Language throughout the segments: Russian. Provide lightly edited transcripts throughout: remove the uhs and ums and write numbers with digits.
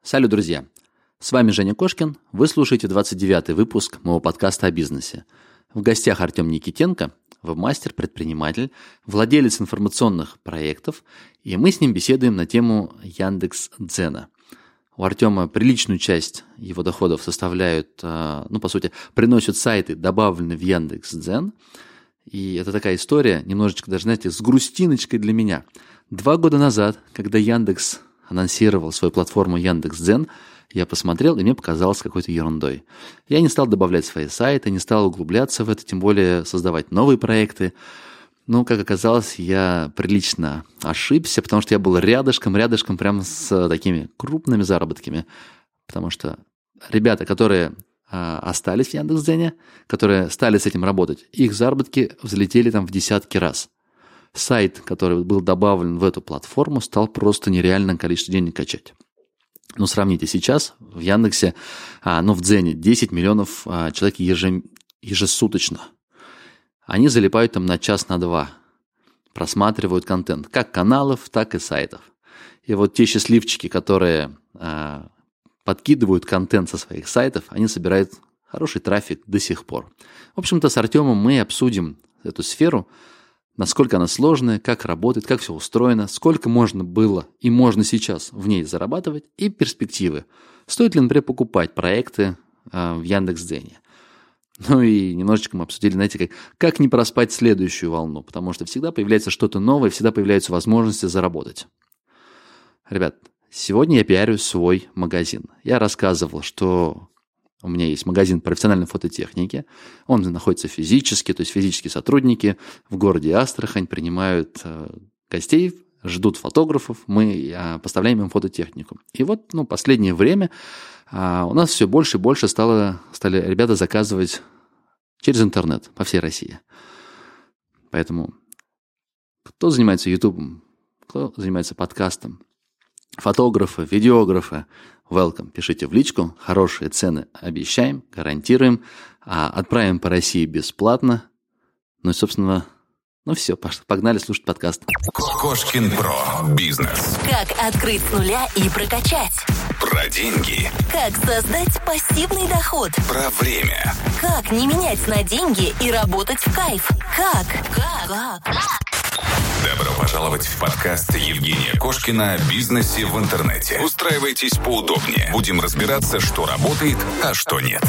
Салют, друзья! С вами Женя Кошкин. Вы слушаете 29-й выпуск моего подкаста о бизнесе. В гостях Артем Никитенко, веб-мастер, предприниматель, владелец информационных проектов, и мы с ним беседуем на тему Яндекс.Дзена. У Артема приличную часть его доходов составляют, по сути, приносят сайты, добавленные в Яндекс.Дзен. И это такая история, немножечко даже, знаете, с грустиночкой для меня. 2 года назад, когда Яндекс анонсировал свою платформу Яндекс.Дзен, я посмотрел, и мне показалось какой-то ерундой. Я не стал добавлять свои сайты, не стал углубляться в это, тем более создавать новые проекты. Но, как оказалось, я прилично ошибся, потому что я был рядышком прямо с такими крупными заработками. Потому что ребята, которые остались в Яндекс.Дзене, которые стали с этим работать, их заработки взлетели там в десятки раз. Сайт, который был добавлен в эту платформу, стал просто нереальное количество денег качать. Ну, сравните, сейчас в Яндексе, в Дзене 10 миллионов человек ежесуточно. Они залипают там на час, на два, просматривают контент, как каналов, так и сайтов. И вот те счастливчики, которые подкидывают контент со своих сайтов, они собирают хороший трафик до сих пор. В общем-то, с Артемом мы обсудим эту сферу, насколько она сложная, как работает, как все устроено, сколько можно было и можно сейчас в ней зарабатывать, и перспективы. Стоит ли, например, покупать проекты в Яндекс.Дзене? Ну и немножечко мы обсудили, знаете, как не проспать следующую волну, потому что всегда появляется что-то новое, всегда появляются возможности заработать. Ребят, сегодня я пиарю свой магазин. Я рассказывал, что у меня есть магазин профессиональной фототехники. Он находится физически, то есть физические сотрудники в городе Астрахань принимают гостей, ждут фотографов, мы поставляем им фототехнику. И вот последнее время у нас все больше и больше стали ребята заказывать через интернет по всей России. Поэтому кто занимается ютубом, кто занимается подкастом, фотографы, видеографы, welcome, пишите в личку, хорошие цены обещаем, гарантируем, отправим по России бесплатно. Ну и, собственно, все, погнали слушать подкаст. Кошкин Про. Бизнес. Как открыть с нуля и прокачать. Про деньги. Как создать пассивный доход. Про время. Как не менять на деньги и работать в кайф. Как? Добро пожаловать в подкаст Евгения Кошкина о бизнесе в интернете. Устраивайтесь поудобнее. Будем разбираться, что работает, а что нет.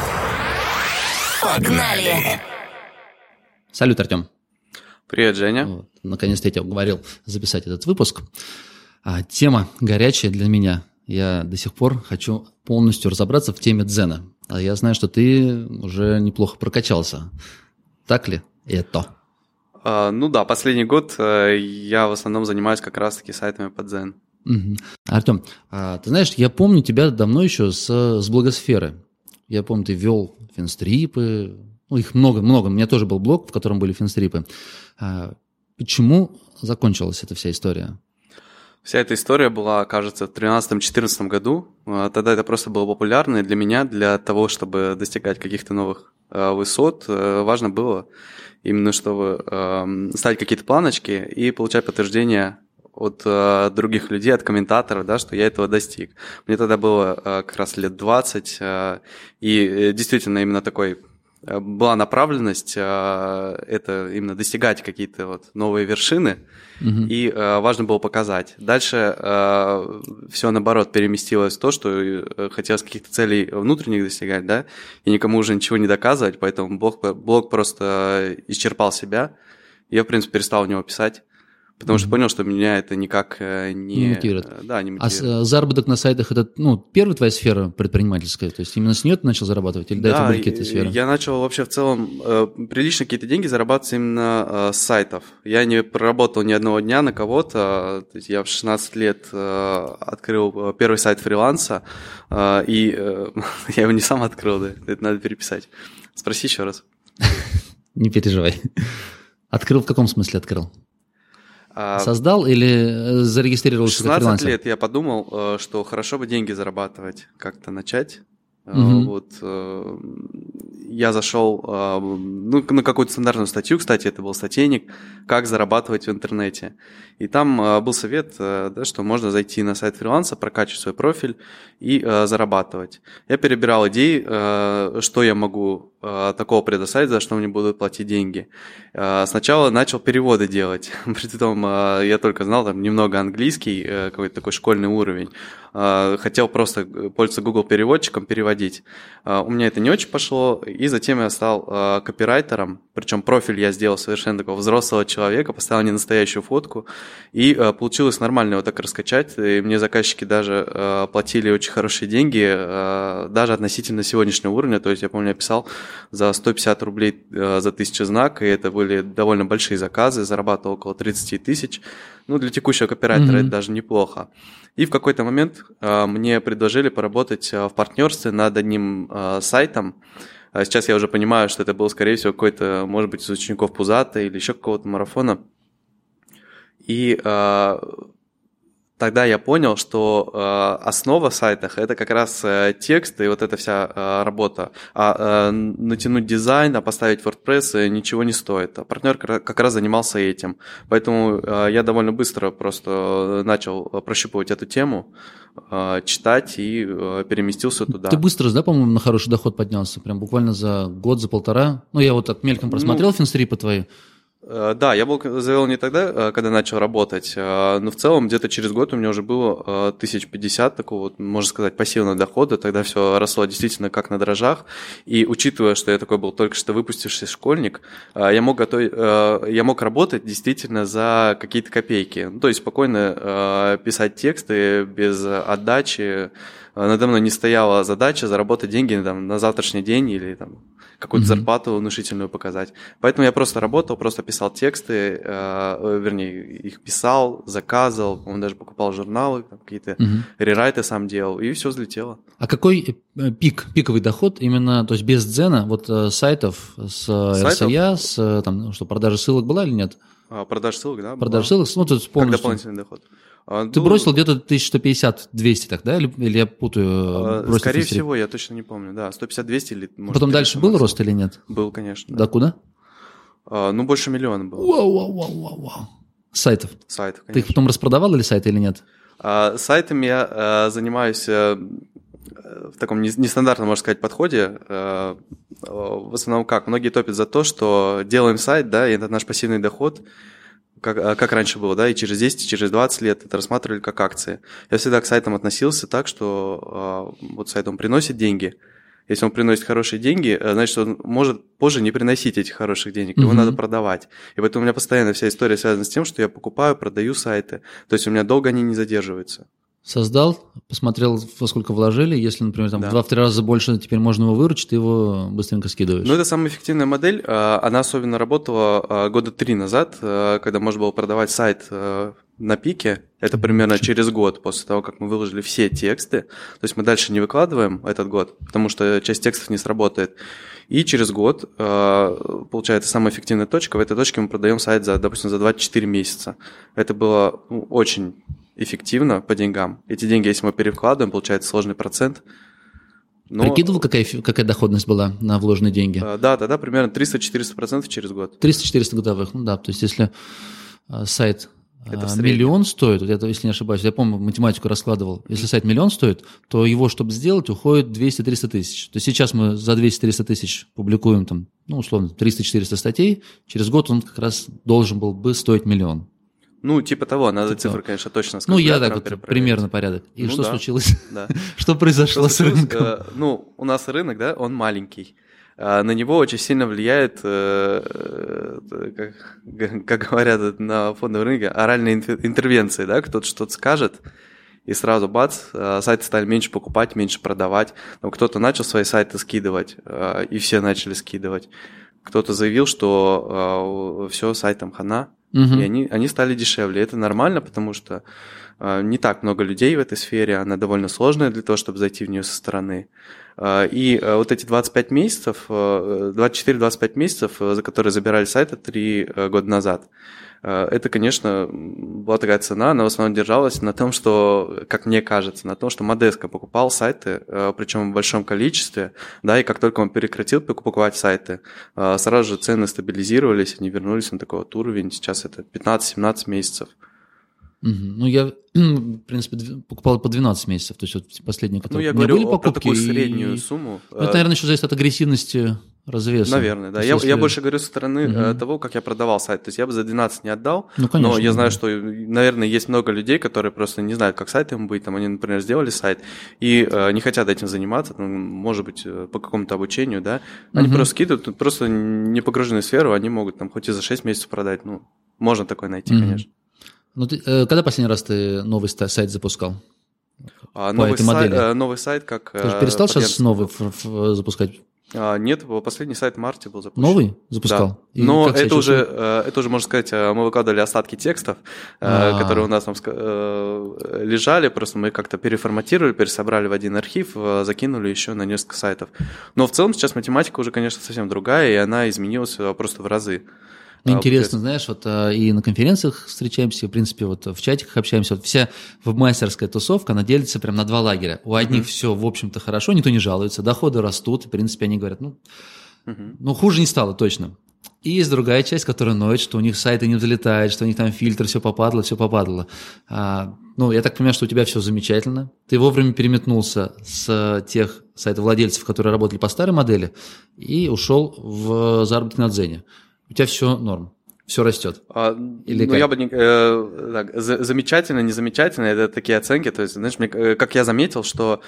Погнали! Салют, Артем. Привет, Женя. Наконец-то я тебя уговорил записать этот выпуск. Тема горячая для меня. Я до сих пор хочу полностью разобраться в теме дзена. А я знаю, что ты уже неплохо прокачался. Так ли это? Последний год я в основном занимаюсь как раз-таки сайтами по дзен. Угу. Артем, ты знаешь, я помню тебя давно еще с блогосферы. Я помню, ты вел финстрипы. Их много-много. У меня тоже был блог, в котором были финстрипы. Почему закончилась эта вся история? Вся эта история была, кажется, в 2013-2014 году. Тогда это просто было популярно, и для меня, для того, чтобы достигать каких-то новых высот, важно было именно, чтобы ставить какие-то планочки и получать подтверждение от других людей, от комментаторов, да, что я этого достиг. Мне тогда было как раз лет 20, и действительно именно такой была направленность это именно достигать какие-то новые вершины, и важно было показать. Дальше все наоборот переместилось в то, что хотелось каких-то целей внутренних достигать, да, и никому уже ничего не доказывать, поэтому блог просто исчерпал себя. Я, в принципе, перестал в него писать. Потому что понял, что меня это никак не мотивирует. Да, не мотивирует. А заработок на сайтах – это первая твоя сфера предпринимательская? То есть именно с нее ты начал зарабатывать? Или до этого были какие-то сферы? Я начал вообще в целом прилично какие-то деньги зарабатывать именно с сайтов. Я не проработал ни одного дня на кого-то. То есть я в 16 лет открыл первый сайт фриланса, и я его не сам открыл, да, это надо переписать. Спроси еще раз. Не переживай. Открыл в каком смысле открыл? Создал или зарегистрировался как фрилансер? 16 лет я подумал, что хорошо бы деньги зарабатывать, как-то начать. Я зашел на какую-то стандартную статью, кстати, это был статейник, как зарабатывать в интернете. И там был совет, что можно зайти на сайт фриланса, прокачивать свой профиль и зарабатывать. Я перебирал идеи, что я могу такого предоставить, за что мне будут платить деньги. Сначала начал переводы делать. Притом я только знал там немного английский, какой-то такой школьный уровень. Хотел просто пользоваться Google переводчиком, переводить. У меня это не очень пошло, и затем я стал копирайтером, причем профиль я сделал совершенно такого взрослого человека, поставил не настоящую фотку, и получилось нормально его так раскачать, и мне заказчики даже платили очень хорошие деньги, даже относительно сегодняшнего уровня, то есть я помню, я писал за 150 рублей за 1000 знак, и это были довольно большие заказы, зарабатывал около 30 тысяч, для текущего копирайтера это даже неплохо. И в какой-то момент мне предложили поработать в партнерстве над одним сайтом. Сейчас я уже понимаю, что это был, скорее всего, какой-то, может быть, из учеников Пузата или еще какого-то марафона. И тогда я понял, что основа в сайтах – это как раз текст и вот эта вся работа. Натянуть дизайн, поставить WordPress ничего не стоит. А партнер как раз занимался этим. Поэтому я довольно быстро просто начал прощупывать эту тему, читать и переместился туда. Ты быстро, да, по-моему, на хороший доход поднялся? Прям буквально за год, за полтора? Я вот так мельком просмотрел финстрипы твои. Да, я завел не тогда, когда начал работать, но в целом где-то через год у меня уже было 1050 такого, можно сказать, пассивного дохода. Тогда все росло действительно как на дрожжах. И учитывая, что я такой был только что выпустившийся школьник, я мог работать действительно за какие-то копейки. То есть спокойно писать тексты без отдачи. Надо мной не стояла задача заработать деньги на завтрашний день или какую-то зарплату внушительную показать. Поэтому я просто работал, просто писал тексты, их писал, заказывал, по-моему, даже покупал журналы, какие-то рерайты сам делал, и все взлетело. А какой пиковый доход именно, то есть без Дзена, сайтов с РСЯ, с продажа ссылок была или нет? Продажа ссылок, да. Продажа ссылок, тут полностью. Как дополнительный доход. Ты бросил где-то 1150-200 так, да? Или я путаю? Скорее всего, я точно не помню, да, 150-200 или... Может, потом дальше был рост или нет? Был, конечно. Да, куда? Больше миллиона было. Вау. Сайтов? Сайтов, конечно. Ты их потом распродавал или сайты или нет? Сайтами я занимаюсь в таком нестандартном, можно сказать, подходе. В основном как? Многие топят за то, что делаем сайт, да, и это наш пассивный доход, как раньше было, да, и через 10, и через 20 лет это рассматривали как акции. Я всегда к сайтам относился так, что сайт он приносит деньги. Если он приносит хорошие деньги, значит, он может позже не приносить этих хороших денег, его надо продавать. И поэтому у меня постоянно вся история связана с тем, что я покупаю, продаю сайты. То есть у меня долго они не задерживаются. Создал, посмотрел, во сколько вложили. Если, например, в 2-3 раза больше теперь можно его выручить, ты его быстренько скидываешь. Это самая эффективная модель. Она особенно работала года 3 назад, когда можно было продавать сайт на пике. Это примерно через год после того, как мы выложили все тексты. То есть мы дальше не выкладываем этот год, потому что часть текстов не сработает. И через год, получается, самая эффективная точка. В этой точке мы продаем сайт, допустим, за 24 месяца. Это было очень эффективно по деньгам. Эти деньги, если мы перевкладываем, получается сложный процент. Прикидывал, какая доходность была на вложенные деньги? Да, примерно 300-400% через год. 300-400 годовых, то есть если сайт миллион стоит, если не ошибаюсь, я помню, математику раскладывал, если сайт миллион стоит, то его, чтобы сделать, уходит 200-300 тысяч. То есть сейчас мы за 200-300 тысяч публикуем, условно, 300-400 статей, через год он как раз должен был бы стоить миллион. Типа того, надо цифры, конечно, точно сказать. Я так примерно порядок. И что случилось? Да. Что произошло с рынком? У нас рынок, да, он маленький. На него очень сильно влияет, как говорят на фондовом рынке, оральные интервенции, да, кто-то что-то скажет, и сразу бац, сайты стали меньше покупать, меньше продавать. Кто-то начал свои сайты скидывать, и все начали скидывать. Кто-то заявил, что все, сайтам хана. И они стали дешевле. Это нормально, потому что не так много людей в этой сфере, она довольно сложная для того, чтобы зайти в нее со стороны. И вот эти 25 месяцев, 24-25 месяцев, за которые забирали сайты 3 года назад, Это, конечно, была такая цена, она в основном держалась на том, что, как мне кажется, на том, что Модеско покупал сайты, причем в большом количестве, да, и как только он прекратил покупать сайты, сразу же цены стабилизировались, они вернулись на такой вот уровень, сейчас это 15-17 месяцев. Ну, я, в принципе, покупал по 12 месяцев, то есть вот последние, которые я у меня говорю были покупки. Про такую среднюю сумму. Это, наверное, еще зависит от агрессивности развеса. Наверное, да. Я больше говорю со стороны того, как я продавал сайт. То есть я бы за 12 не отдал, конечно, но я знаю, что, наверное, есть много людей, которые просто не знают, как сайтом быть. Там они, например, сделали сайт и не хотят этим заниматься, может быть, по какому-то обучению, да. Они просто скидывают, просто не погружены в сферу, они могут там хоть и за 6 месяцев продать. Ну, можно такое найти, конечно. Ну, когда последний раз ты новый сайт запускал? Новый сайт как... Ты же перестал сейчас новый запускать? Нет, последний сайт в марте был запущен. Новый запускал? Да. Но это уже, можно сказать, мы выкладывали остатки текстов, которые у нас там лежали, просто мы как-то переформатировали, пересобрали в один архив, закинули еще на несколько сайтов. Но в целом сейчас математика уже, конечно, совсем другая, и она изменилась просто в разы. Интересно, знаешь, вот и на конференциях встречаемся, в принципе, вот в чатиках общаемся. Вот вся вебмастерская тусовка, она делится прям на два лагеря. У одних все, в общем-то, хорошо, никто не жалуется, доходы растут, в принципе, они говорят, ну хуже не стало точно. И есть другая часть, которая ноет, что у них сайты не взлетают, что у них там фильтр, все попадало. Я так понимаю, что у тебя все замечательно. Ты вовремя переметнулся с тех сайтовладельцев, которые работали по старой модели, и ушел в заработки на Дзене. У тебя все норм, все растет. Я бы замечательно, незамечательно, это такие оценки. То есть, знаешь, как я заметил, что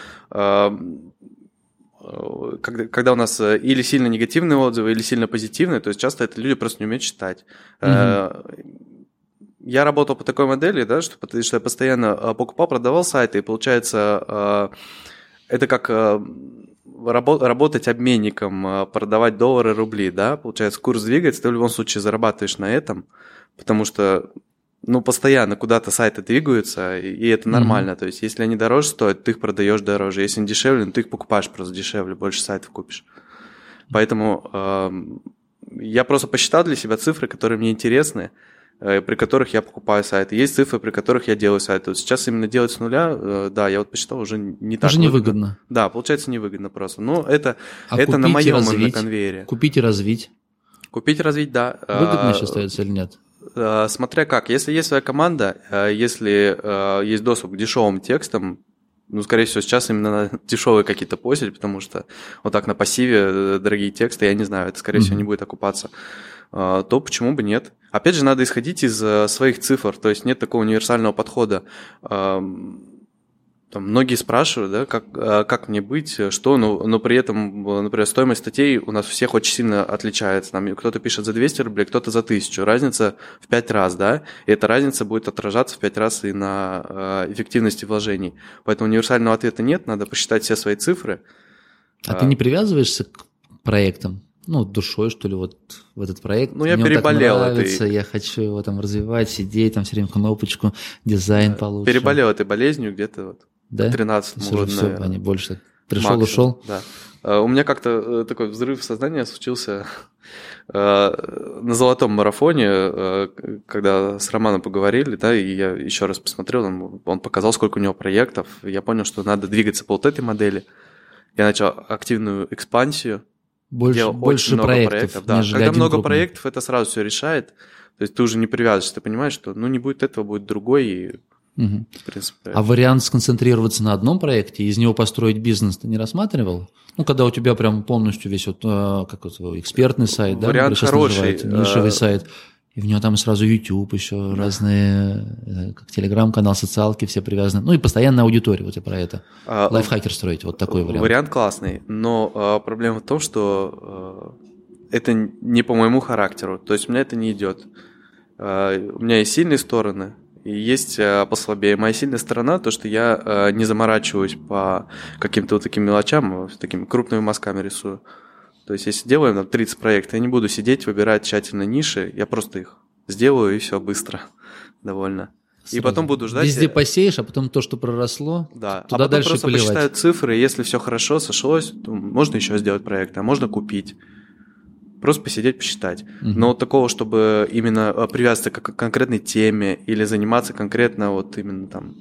когда у нас или сильно негативные отзывы, или сильно позитивные, то есть часто это люди просто не умеют читать. Я работал по такой модели, да, что я постоянно покупал, продавал сайты, и получается, это как работать обменником, продавать доллары, рубли, да, получается, курс двигается, ты в любом случае зарабатываешь на этом, потому что, постоянно куда-то сайты двигаются, и это нормально, то есть, если они дороже стоят, ты их продаешь дороже, если они дешевле, ты их покупаешь просто дешевле, больше сайтов купишь. Поэтому я просто посчитал для себя цифры, которые мне интересны, при которых я покупаю сайты. Есть цифры, при которых я делаю сайты. Вот сейчас именно делать с нуля, да, я вот посчитал, уже не так выгодно. Невыгодно. Да, получается невыгодно просто. Но это на моем именно конвейере. Купить и развить. Купить и развить, да. Выгодно еще остается или нет? Смотря как. Если есть своя команда, если есть доступ к дешевым текстам, скорее всего, сейчас именно на дешевые какие-то постить, потому что вот так на пассиве дорогие тексты, я не знаю, это, скорее всего, не будет окупаться. То почему бы нет? Опять же, надо исходить из своих цифр, то есть нет такого универсального подхода. Многие спрашивают, да, как мне быть, что, но при этом, например, стоимость статей у нас всех очень сильно отличается. Там кто-то пишет за 200 рублей, кто-то за 1000. Разница в 5 раз, да, и эта разница будет отражаться в 5 раз и на эффективности вложений. Поэтому универсального ответа нет, надо посчитать все свои цифры. А ты не привязываешься к проектам? Душой, что ли, вот в этот проект. Я переболел так нравится, я хочу его там развивать, сидеть, там все время кнопочку, дизайн получше. Переболел этой болезнью где-то вот. Да? 13-м уже, все, они больше пришел, ушел. Да. У меня как-то такой взрыв сознания случился на золотом марафоне, когда с Романом поговорили, да, и я еще раз посмотрел, он показал, сколько у него проектов, и я понял, что надо двигаться по вот этой модели. Я начал активную экспансию. Больше проектов. Да. Когда много проектов, это сразу все решает. То есть ты уже не привязываешься, ты понимаешь, что не будет этого, будет другой. И, в принципе, а вариант сконцентрироваться на одном проекте и из него построить бизнес ты не рассматривал? Когда у тебя прям полностью весь экспертный сайт, вариант хороший, нишевый сайт. И в него там сразу YouTube, еще разные, как Telegram-канал, социалки, все привязаны. И постоянная аудитория, вот я про это. Лайфхакер строить, вот такой вариант. Вариант классный, но проблема в том, что это не по моему характеру, то есть у меня это не идет. У меня есть сильные стороны, и есть послабее. Моя сильная сторона, то, что я не заморачиваюсь по каким-то вот таким мелочам, такими крупными мазками рисую. То есть, если делаем 30 проектов, я не буду сидеть, выбирать тщательно ниши, я просто их сделаю, и все, быстро, довольно. Сразу. И потом буду ждать. Везде посеешь, а потом то, что проросло, да. туда дальше просто поливать. Посчитаю цифры, если все хорошо, сошлось, то можно еще сделать проект, а можно купить. просто посидеть, посчитать. Но вот такого, чтобы именно привязаться к конкретной теме или заниматься конкретно вот именно там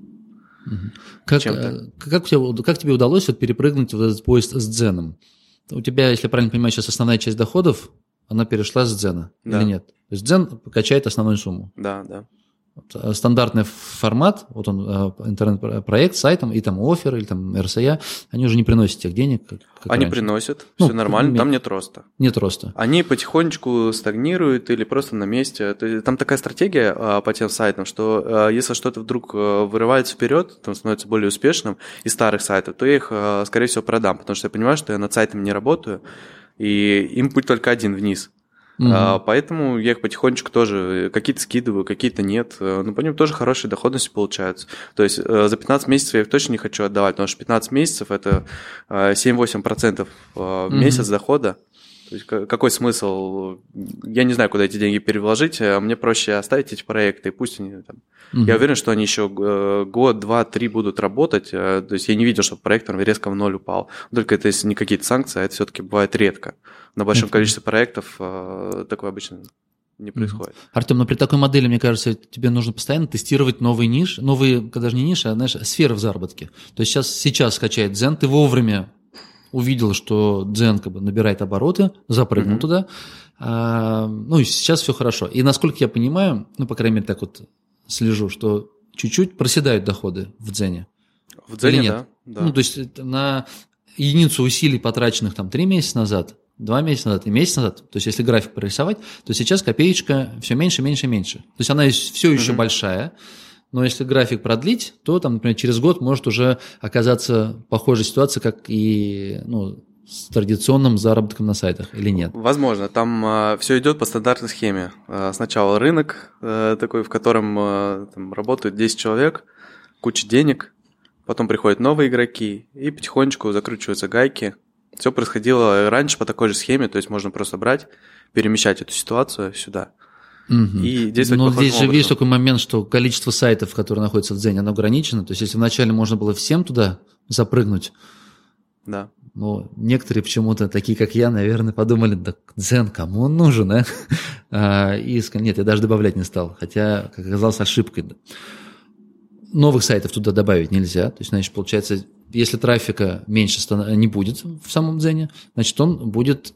чем-то. Как тебе удалось вот перепрыгнуть в этот поезд с Дзеном? У тебя, если я правильно понимаю, сейчас основная часть доходов, она перешла с Дзена или нет? То есть Дзен качает основную сумму. Да. Стандартный формат, вот он, интернет-проект с сайтом, и там оффер, или там РСЯ, они уже не приносят тех денег, как они раньше. Приносят, все нормально, там нет роста. Нет роста. Они потихонечку стагнируют или просто на месте. То есть, там такая стратегия по тем сайтам, что если что-то вдруг вырывается вперед, там становится более успешным из старых сайтов, то я их, скорее всего, продам, потому что я понимаю, что я над сайтами не работаю, и им путь только один вниз. Поэтому я их потихонечку тоже какие-то скидываю, какие-то нет. Но по ним тоже хорошие доходности получаются. То есть за 15 месяцев я их точно не хочу отдавать, потому что 15 месяцев – это 7-8% в месяц дохода. То есть какой смысл? Я не знаю, куда эти деньги переложить, а мне проще оставить эти проекты, и пусть они там… Я уверен, что они еще год, 2, 3 будут работать. То есть я не видел, что проект резко в ноль упал. Только это если не какие-то санкции, а это все-таки бывает редко. На большом количестве проектов такое обычно не происходит. Артем, но при такой модели, мне кажется, тебе нужно постоянно тестировать новые ниши, даже не ниши, а, знаешь, сферы в заработке. То есть сейчас скачает Дзен, ты вовремя увидел, что Дзен как бы набирает обороты, запрыгнул туда, и сейчас все хорошо. И насколько я понимаю, по крайней мере, так вот слежу, что чуть-чуть проседают доходы в Дзене. В Дзене, да. То есть на единицу усилий, потраченных там 3 месяца назад, 2 месяца назад и месяц назад, то есть если график прорисовать, то сейчас копеечка все меньше, меньше, меньше. То есть она все еще большая, но если график продлить, то там, например, через год может уже оказаться похожая ситуация, как и с традиционным заработком на сайтах, или нет? Возможно. Там все идет по стандартной схеме. Сначала рынок такой, в котором там работают 10 человек, куча денег, потом приходят новые игроки, и потихонечку закручиваются гайки. Все происходило раньше по такой же схеме, то есть можно просто брать, перемещать эту ситуацию сюда. И действовать но похожим здесь же образом. есть такой момент, что количество сайтов, которые находятся в Дзене, оно ограничено. То есть если вначале можно было всем туда запрыгнуть, да. Но некоторые почему-то, такие как я, наверное, подумали, да Дзен, кому он нужен, нет, я даже добавлять не стал, хотя, как оказалось, ошибкой. Новых сайтов туда добавить нельзя, то есть, значит, получается, если трафика меньше не будет в самом Дзене, значит, он будет,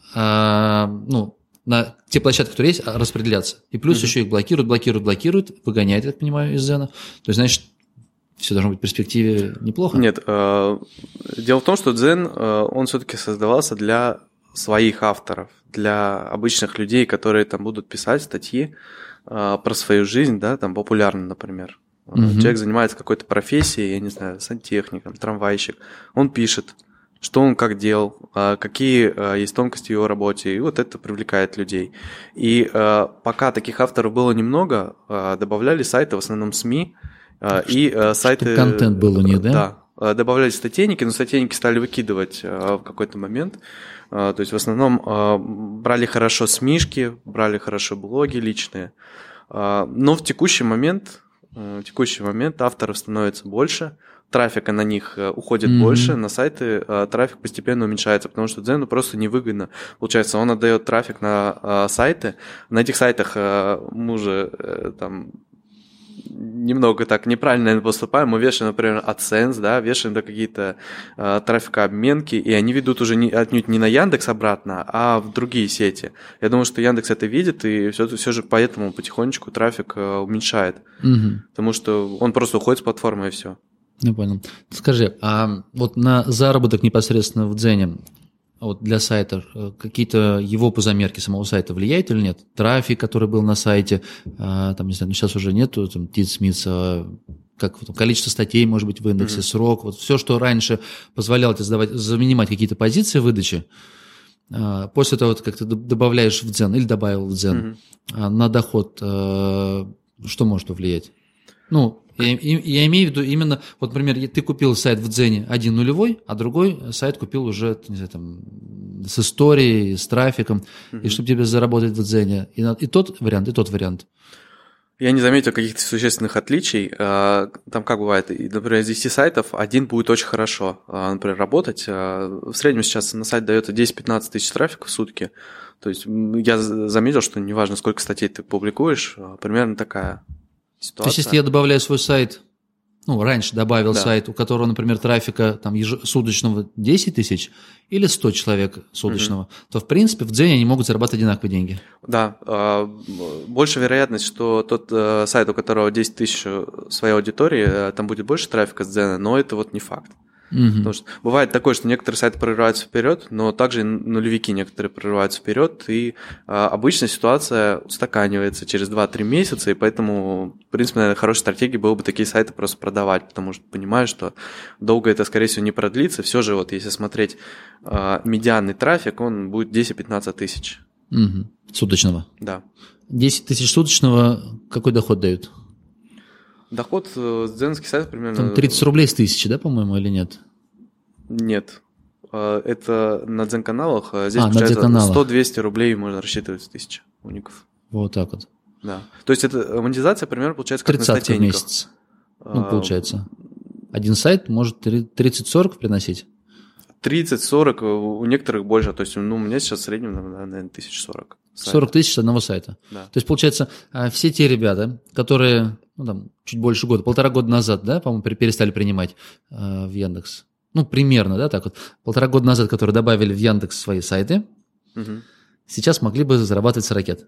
на те площадки, которые есть, распределяться. И плюс еще их блокируют, выгоняют, я так понимаю, из Дзена. То есть, значит, все должно быть в перспективе неплохо. Нет, дело в том, что Дзен, он все-таки создавался для своих авторов, для обычных людей, которые там будут писать статьи про свою жизнь, да, там популярно, например. Человек занимается какой-то профессией, я не знаю, сантехником, трамвайщик. Он пишет, что он как делал, какие есть тонкости в его работе, и вот это привлекает людей. И пока таких авторов было немного, добавляли сайты, в основном СМИ, и сайты… Контент был у них, да? Да, добавляли статейники, но статейники стали выкидывать в какой-то момент. То есть в основном брали хорошо СМИшки, брали хорошо блоги личные. Но в текущий момент авторов становится больше, трафика на них уходит больше, на сайты трафик постепенно уменьшается, потому что Дзену просто невыгодно. Получается, он отдает трафик на сайты, на этих сайтах мы уже там немного так неправильно, наверное, поступаем. Мы вешаем, например, AdSense, да, вешаем какие-то трафикообменки, и они ведут уже отнюдь не на Яндекс обратно, а в другие сети. Я думаю, что Яндекс это видит, и все же поэтому потихонечку трафик уменьшает. Потому что он просто уходит с платформы, и все. Я понял. Скажи, а вот на заработок непосредственно в Дзене, вот для сайта, какие-то его по замерке самого сайта влияет или нет? Трафик, который был на сайте, там, не знаю, сейчас уже нету, там, Тит-Смитс, количество статей, может быть, в индексе, срок, вот все, что раньше позволяло тебе занимать какие-то позиции выдачи, после того, как ты добавляешь в Дзен или добавил в Дзен, на доход, что может повлиять? Я имею в виду именно, вот, например, ты купил сайт в Дзене 1 нулевой, а другой сайт купил уже, не знаю, там, с историей, с трафиком, и чтобы тебе заработать в Дзене и тот вариант, и тот вариант. Я не заметил каких-то существенных отличий. Там как бывает, например, из 10 сайтов один будет очень хорошо, например, работать. В среднем сейчас на сайт дается 10-15 тысяч трафика в сутки. То есть я заметил, что неважно, сколько статей ты публикуешь, примерно такая ситуация. То есть если я добавляю свой сайт, раньше добавил сайт, у которого, например, трафика там, суточного 10 тысяч или 100 человек суточного, то, в принципе, в Дзене они могут зарабатывать одинаковые деньги. Да. Больше вероятность, что тот сайт, у которого 10 тысяч своей аудитории, там будет больше трафика с Дзена, но это вот не факт. Потому что бывает такое, что некоторые сайты прорываются вперед, но также нулевики некоторые прорываются вперед, и обычно ситуация устаканивается через 2-3 месяца, и поэтому, в принципе, наверное, хорошей стратегией было бы такие сайты просто продавать, потому что понимаю, что долго это, скорее всего, не продлится. Все же, вот если смотреть медианный трафик, он будет 10-15 тысяч. Суточного? Да. 10 тысяч суточного какой доход дают? Доход с дзеновских сайтов примерно... Там 30 рублей с 1000, да, по-моему, или нет? Нет. Это на дзен-каналах. Здесь, получается, 100-200 рублей можно рассчитывать с 1000 уников. Вот так вот. Да. То есть это монетизация примерно получается как на статейниках. 30 в месяц. Получается. Один сайт может 30-40 приносить? 30-40, у некоторых больше. То есть у меня сейчас в среднем, наверное, 1040. 40 тысяч с одного сайта. Да. То есть, получается, все те ребята, которые чуть больше года, 1,5 года назад, да, по-моему, перестали принимать в Яндекс. Примерно, да, так вот. 1,5 года назад, которые добавили в Яндекс свои сайты, сейчас могли бы зарабатывать с ракет.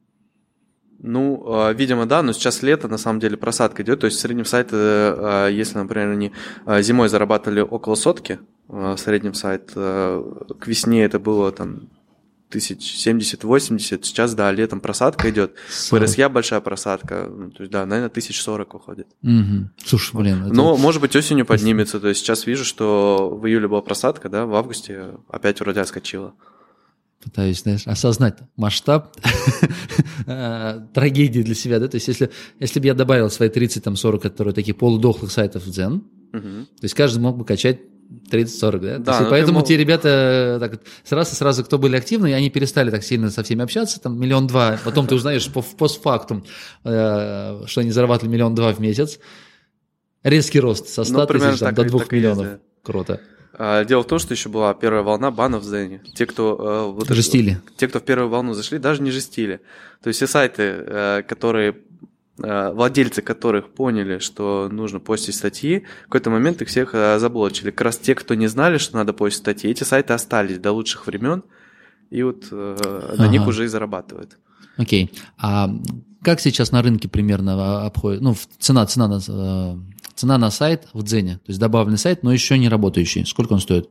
Видимо, да, но сейчас лето, на самом деле, просадка идет. То есть в среднем сайты, если, например, они зимой зарабатывали около 100, в среднем сайт, к весне это было там 1070-80, сейчас, да, летом просадка идет, по РСЯ большая просадка, то есть, да, наверное, 1040 уходит. Слушай, блин. Но, может быть, осенью поднимется, то есть сейчас вижу, что в июле была просадка, да, в августе опять вроде отскочила. Пытаюсь, знаешь, осознать масштаб трагедии для себя, да, то есть если бы я добавил свои 30-40, которые таких полудохлых сайтов в Дзен, то есть каждый мог бы качать 30-40, да? Поэтому те ребята так, сразу, кто были активны, они перестали так сильно со всеми общаться, там 1,2 миллиона, потом ты узнаешь постфактум, что они зарабатывали 1,2 миллиона в месяц. Резкий рост со 100 тысяч до 2 миллионов. Круто. Дело в том, что еще была первая волна банов в Дзене. Те, кто жестили. Те, кто в первую волну зашли, даже не жестили. То есть все сайты, владельцы которых поняли, что нужно постить статьи, в какой-то момент их всех заблочили. Как раз те, кто не знали, что надо постить статьи, эти сайты остались до лучших времен, и вот на них уже и зарабатывают. Окей. А как сейчас на рынке примерно обходит? Цена на сайт в Дзене, то есть добавленный сайт, но еще не работающий. Сколько он стоит?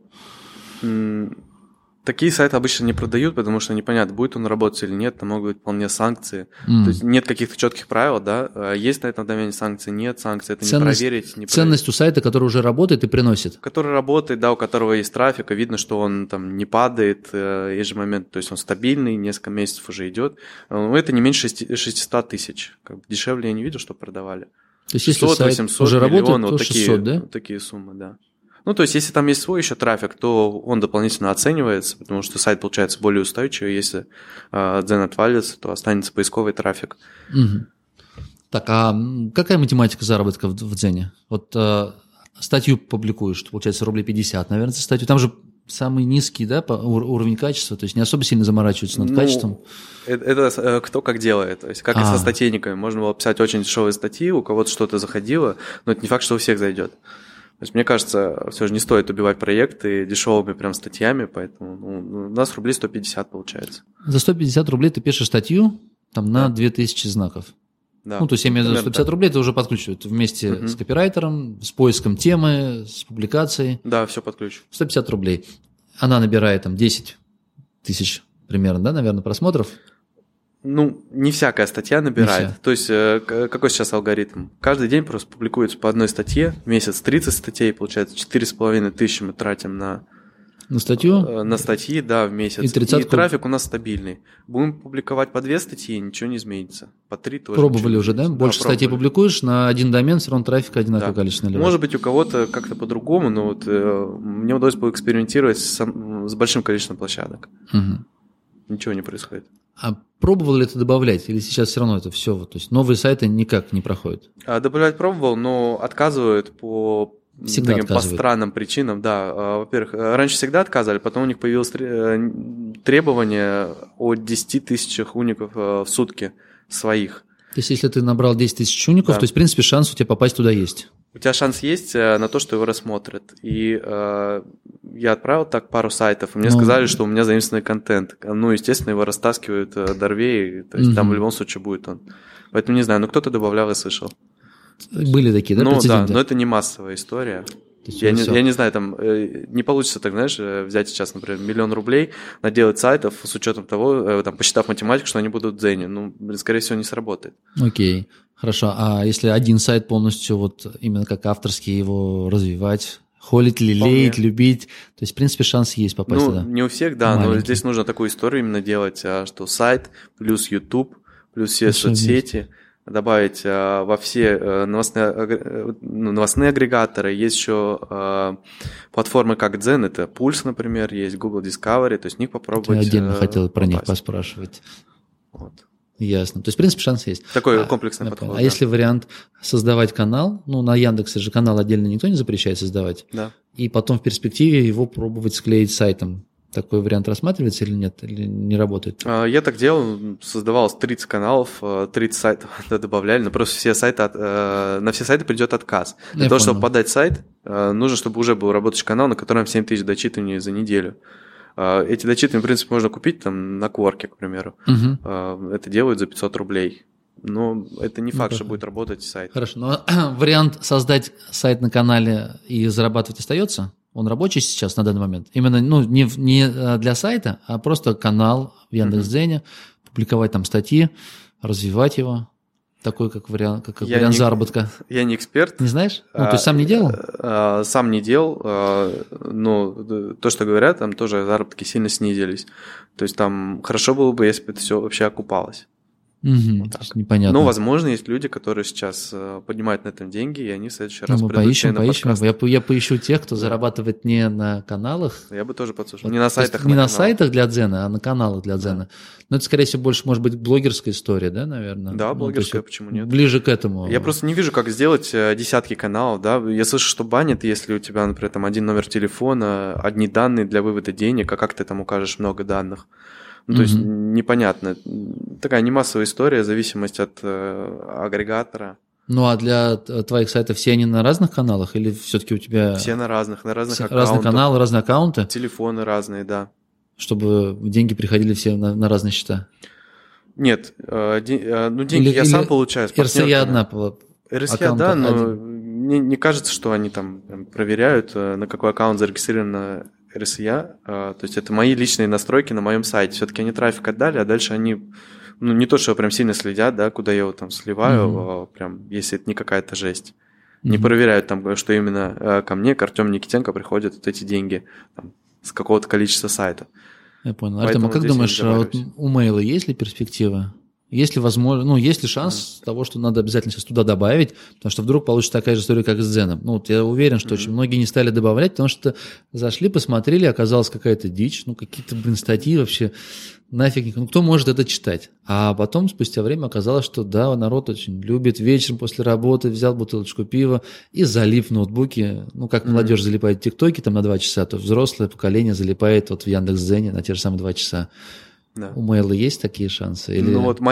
Такие сайты обычно не продают, потому что непонятно, будет он работать или нет, там могут быть вполне санкции. То есть нет каких-то четких правил, да, есть на этом домене санкции, нет санкций, это не проверить. Ценность у сайта, который уже работает и приносит. Который работает, да, у которого есть трафик, и видно, что он там не падает ежемоментно, то есть он стабильный, несколько месяцев уже идет. Это не меньше 600 тысяч, дешевле я не видел, что продавали. То есть 600, если сайт 800, уже миллион, работает, то 600, да? Вот такие суммы, да. То есть, если там есть свой еще трафик, то он дополнительно оценивается, потому что сайт получается более устойчивый. Если Дзен отвалится, то останется поисковый трафик. Так, а какая математика заработка в Дзене? Вот статью публикуешь, получается, рублей 50, наверное, за статью. Там же самый низкий, да, уровень качества, то есть не особо сильно заморачиваются над качеством. Это кто как делает, то есть как и со статейниками. Можно было писать очень дешевые статьи, у кого-то что-то заходило, но это не факт, что у всех зайдет. То есть, мне кажется, все же не стоит убивать проекты дешевыми прям статьями, поэтому у нас рублей 150 получается. За 150 рублей ты пишешь статью там, на 2000 знаков. Да. То есть, я имею в виду, 150 рублей ты уже подключивают вместе с копирайтером, с поиском темы, с публикацией. Да, все подключу. 150 рублей. Она набирает там 10 тысяч примерно, да, наверное, просмотров. Не всякая статья набирает. То есть, какой сейчас алгоритм? Каждый день просто публикуется по одной статье, в месяц 30 статей, получается 4500 мы тратим на статью? На статьи, да, в месяц. И трафик у нас стабильный. Будем публиковать по 2 статьи, ничего не изменится. По 3 тоже. Пробовали уже, да? Больше статей публикуешь, на один домен все равно трафика одинаковое количество наливает. Может быть, у кого-то как-то по-другому, но вот мне удалось поэкспериментировать с большим количеством площадок. Ничего не происходит. А пробовал ли ты добавлять, или сейчас все равно это все, то есть новые сайты никак не проходят? Добавлять пробовал, но отказывают по странным причинам, да. Во-первых, раньше всегда отказывали, потом у них появилось требование о 10 тысячах уников в сутки своих. То есть, если ты набрал 10 тысяч уников, то есть, в принципе, шанс у тебя попасть туда есть. У тебя шанс есть на то, что его рассмотрят. И я отправил так пару сайтов, и мне сказали, что у меня заимствованный контент. Ну, естественно, его растаскивают дорвей, то есть там в любом случае будет он. Поэтому не знаю, но кто-то добавлял и слышал. Были такие, да, прецеденты? Да, но это не массовая история. Я не знаю, там не получится, так знаешь, взять сейчас, например, 1 000 000 рублей, наделать сайтов с учетом того, там, посчитав математику, что они будут в Дзене. Ну, скорее всего, не сработает. Окей, хорошо. А если один сайт полностью вот именно как авторский его развивать, холить, лелеять, любить, то есть, в принципе, шанс есть попасть туда? Ну, не у всех, да, маленький. Но здесь нужно такую историю именно делать, что сайт плюс YouTube, плюс все соцсети, добавить во все новостные агрегаторы. Есть еще платформы как Дзен, это Пульс, например, есть Google Discovery, то есть в них попробовать. Я отдельно хотел про них поспрашивать. Вот. Ясно. То есть, в принципе, шанс есть. Такой комплексный подход. А если вариант создавать канал, ну, на Яндексе же канал отдельно никто не запрещает создавать, да. И потом в перспективе его пробовать склеить сайтом. Такой вариант рассматривается или нет? Или не работает? Я так делал, создавалось 30 каналов, 30 сайтов добавляли, но просто на все сайты придет отказ. Для того, чтобы подать сайт, нужно, чтобы уже был работающий канал, на котором 7 тысяч дочитываний за неделю. Эти дочитывания, в принципе, можно купить там на Quark, к примеру. Это делают за 500 рублей. Но это не факт, что будет работать сайт. Хорошо, но вариант создать сайт на канале и зарабатывать остается? Он рабочий сейчас на данный момент? Именно не для сайта, а просто канал в Яндекс.Дзене, публиковать там статьи, развивать его. Такой как вариант заработка. Я не эксперт. Не знаешь? То есть сам не делал? Сам не делал, но то, что говорят, там тоже заработки сильно снизились. То есть там хорошо было бы, если бы это все вообще окупалось. Вот так. Непонятно. Но, возможно, есть люди, которые сейчас поднимают на этом деньги, и они в следующий раз мы поищем. Я поищу тех, кто зарабатывает не на каналах. Я бы тоже подслушал. Не на сайтах. Не на сайтах для Дзена, а на каналах для Дзена. Но это, скорее всего, больше может быть блогерская история, да, наверное? Да, блогерская, почему нет? Ближе к этому. Я просто не вижу, как сделать десятки каналов, да. Я слышу, что банят, если у тебя, например, там один номер телефона, одни данные для вывода денег, а как ты там укажешь много данных? Ну, то есть непонятно. Такая не массовая история, зависимость от агрегатора. Ну, а для твоих сайтов все они на разных каналах или все-таки у тебя... Все на разных аккаунтах. Разные каналы, разные аккаунты? Телефоны разные, да. Чтобы деньги приходили все на разные счета? Нет, деньги я сам получаю с партнерками. РСЯ одна РСЯ, да, но мне не кажется, что они там проверяют, на какой аккаунт зарегистрирована РСЯ, то есть это мои личные настройки на моем сайте. Все-таки они трафик отдали, а дальше они, не то, что прям сильно следят, да, куда я его там сливаю, прям, если это не какая-то жесть. Не проверяют там, что именно ко мне, к Артему Никитенко приходят вот эти деньги там, с какого-то количества сайтов. Я понял. Артем, а как думаешь, вот у Мейла есть ли перспектива? Есть ли возможно, есть ли шанс того, что надо обязательно сейчас туда добавить, потому что вдруг получится такая же история, как с Дзеном. Я уверен, что очень многие не стали добавлять, потому что зашли, посмотрели, оказалась какая-то дичь, какие-то, статьи вообще нафиг, кто может это читать? А потом, спустя время, оказалось, что да, народ очень любит вечером после работы, взял бутылочку пива и залип в ноутбуке, как молодежь залипает в ТикТоке там на 2 часа, то взрослое поколение залипает в Яндекс.Дзене на те же самые 2 часа. Да. У Мейла есть такие шансы? Или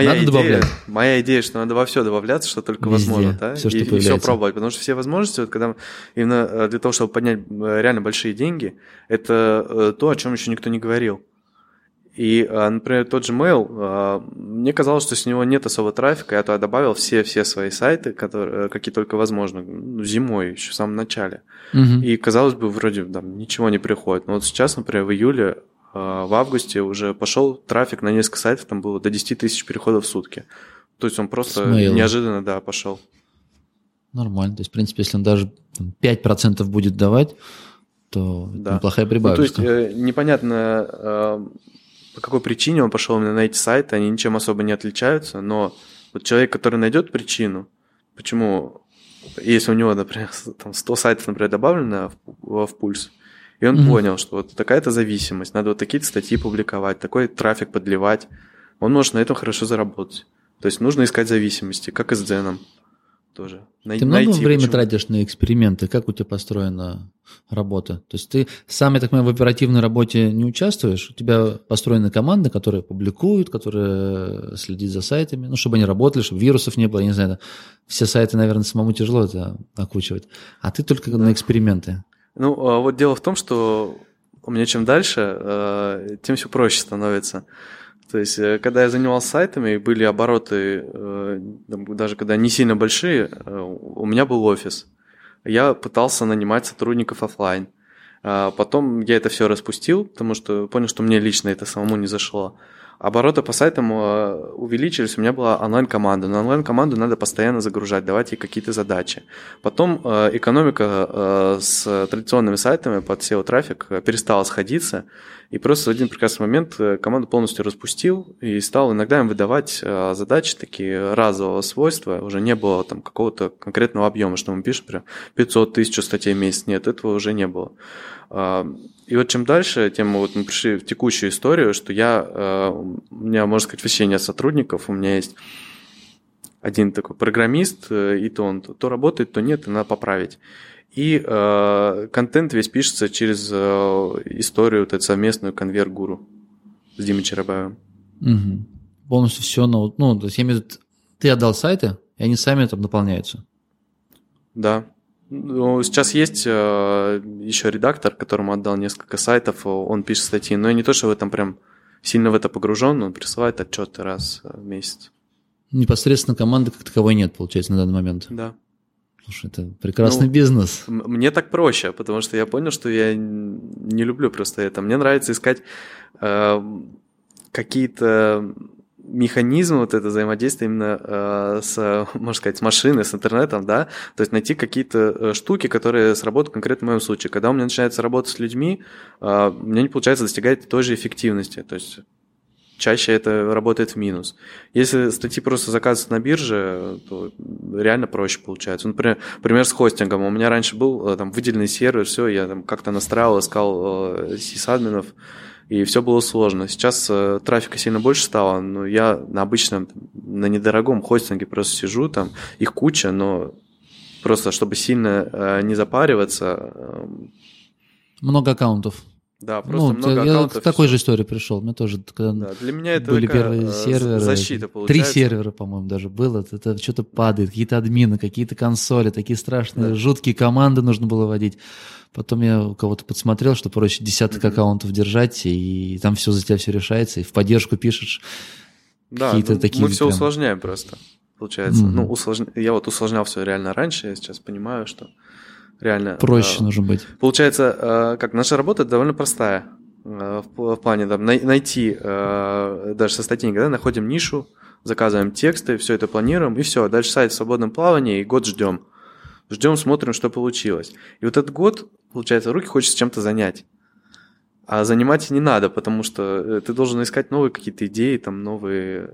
моя идея, что надо во все добавляться, что только везде, возможно, да? Все, и все пробовать, потому что все возможности, когда именно для того, чтобы поднять реально большие деньги, это то, о чем еще никто не говорил. И, например, тот же Mail, мне казалось, что с него нет особо трафика, я туда добавил все свои сайты, какие только возможно, зимой, еще в самом начале. И, казалось бы, вроде ничего не приходит. Но вот сейчас, например, в июле, в августе уже пошел трафик на несколько сайтов, там было до 10 тысяч переходов в сутки. То есть он просто неожиданно, пошел. Нормально. То есть, в принципе, если он даже 5% будет давать, то неплохая прибавка. То есть непонятно, по какой причине он пошел именно на эти сайты, они ничем особо не отличаются, но вот человек, который найдет причину, почему, если у него, например, там 100 сайтов, например, добавлено в пульс, и он понял, что вот такая-то зависимость, надо вот такие-то статьи публиковать, такой трафик подливать, он может на этом хорошо заработать. То есть нужно искать зависимости, как и с дзеном тоже. Ты много времени тратишь на эксперименты? Как у тебя построена работа? То есть ты сам, я так понимаю, в оперативной работе не участвуешь? У тебя построены команды, которые публикуют, которые следят за сайтами, ну, чтобы они работали, чтобы вирусов не было, я не знаю, все сайты, наверное, самому тяжело это окучивать. А ты только на эксперименты. Ну, вот дело в том, что у меня чем дальше, тем все проще становится. То есть, когда я занимался сайтами, были обороты, даже когда не сильно большие, у меня был офис. Я пытался нанимать сотрудников офлайн. Потом я это все распустил, потому что понял, что мне лично это самому не зашло. Обороты по сайтам увеличились, у меня была онлайн-команда. На онлайн-команду надо постоянно загружать, давать ей какие-то задачи. Потом экономика с традиционными сайтами под SEO-трафик перестала сходиться, и просто в один прекрасный момент команду полностью распустил и стал иногда им выдавать задачи такие разового свойства. Уже не было там какого-то конкретного объема, что мы пишем прям 500 тысяч статей в месяц. Нет, этого уже не было. И вот чем дальше, тем вот мы пришли в текущую историю, что у меня, можно сказать, вообще нет сотрудников, у меня есть один такой программист, и то он то работает, то нет, и надо поправить. И контент весь пишется через историю вот эту совместную Конверт-гуру с Димой Черобаевым. Угу. Полностью все, то есть я имею в виду, ты отдал сайты, и они сами там наполняются. Да. Ну, сейчас есть еще редактор, которому отдал несколько сайтов, он пишет статьи, но я не то, что в этом прям сильно в это погружен, он присылает отчеты раз в месяц. Непосредственно команды как таковой нет, получается, на данный момент. Да. Слушай, это прекрасный бизнес. Мне так проще, потому что я понял, что я не люблю просто это. Мне нравится искать какие-то механизм вот это взаимодействие именно можно сказать, с машиной, с интернетом, да, то есть найти какие-то штуки, которые сработают конкретно в моем случае. Когда у меня начинается работа с людьми, мне не получается достигать той же эффективности, то есть чаще это работает в минус. Если статьи просто заказываются на бирже, то реально проще получается. Например, с хостингом. У меня раньше был там выделенный сервер, все, я там как-то настраивал, искал сисадминов, и все было сложно. Сейчас трафика сильно больше стало, но я на обычном, на недорогом хостинге просто сижу, там их куча, но просто чтобы сильно не запариваться. Много аккаунтов. Да, просто много аккаунтов. Я к такой же истории пришел. Мне тоже, когда для меня это были первые серверы, защита, получается. 3 сервера, по-моему, даже было. Это что-то падает, какие-то админы, какие-то консоли, такие страшные, жуткие команды нужно было вводить. Потом я у кого-то подсмотрел, что проще десяток аккаунтов держать, и там все за тебя все решается, и в поддержку пишешь. Да, какие-то такие мы все прям... усложняем просто, получается. Я вот усложнял все реально раньше, я сейчас понимаю, что реально... Проще нужно быть. Получается, как наша работа довольно простая. В плане там, найти, даже со статьей, да, находим нишу, заказываем тексты, все это планируем, и все. Дальше сайт в свободном плавании, и год ждем. Ждем, смотрим, что получилось. И вот этот год, получается, руки хочется чем-то занять. А занимать не надо, потому что ты должен искать новые какие-то идеи, там новые...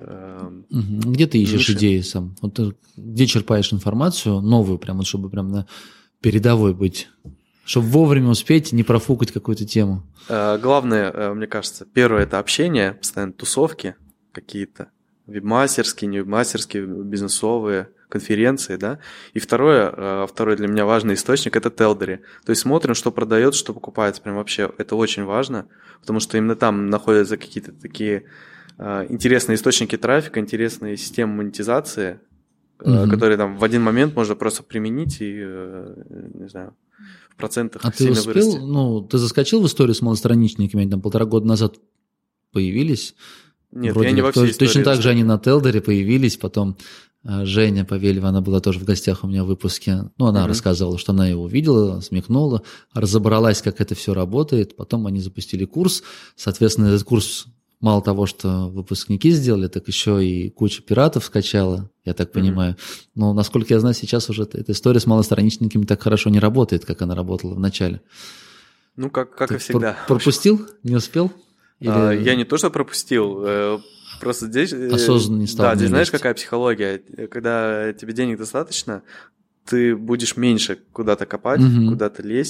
Где ты ищешь идеи сам? Вот ты, где черпаешь информацию новую, прям, вот, чтобы прям на передовой быть? Чтобы вовремя успеть не профукать какую-то тему. Главное, мне кажется, первое – это общение, постоянно тусовки какие-то. Вебмастерские, не вебмастерские, бизнесовые, конференции, да. И второй для меня важный источник – это Телдери. То есть смотрим, что продается, что покупается. Прям вообще это очень важно, потому что именно там находятся какие-то такие интересные источники трафика, интересные системы монетизации, которые там в один момент можно просто применить и, не знаю, в процентах сильно вырасти. А ты успел, ты заскочил в историю с малостраничниками, они там 1,5 года назад появились? Нет, я не во всей истории. Точно так же они на Телдере появились, потом Женя Павелева, она была тоже в гостях у меня в выпуске, она рассказывала, что она его видела, смекнула, разобралась, как это все работает, потом они запустили курс, соответственно, этот курс мало того, что выпускники сделали, так еще и куча пиратов скачала, я так понимаю. Но, насколько я знаю, сейчас уже эта история с малостраничниками так хорошо не работает, как она работала в начале. Ну, как и всегда. Пропустил? Не успел? Или... Я не то, что пропустил, просто здесь... Осознанно не стал. Да, здесь знаешь, какая психология? Когда тебе денег достаточно, ты будешь меньше куда-то копать, куда-то лезть,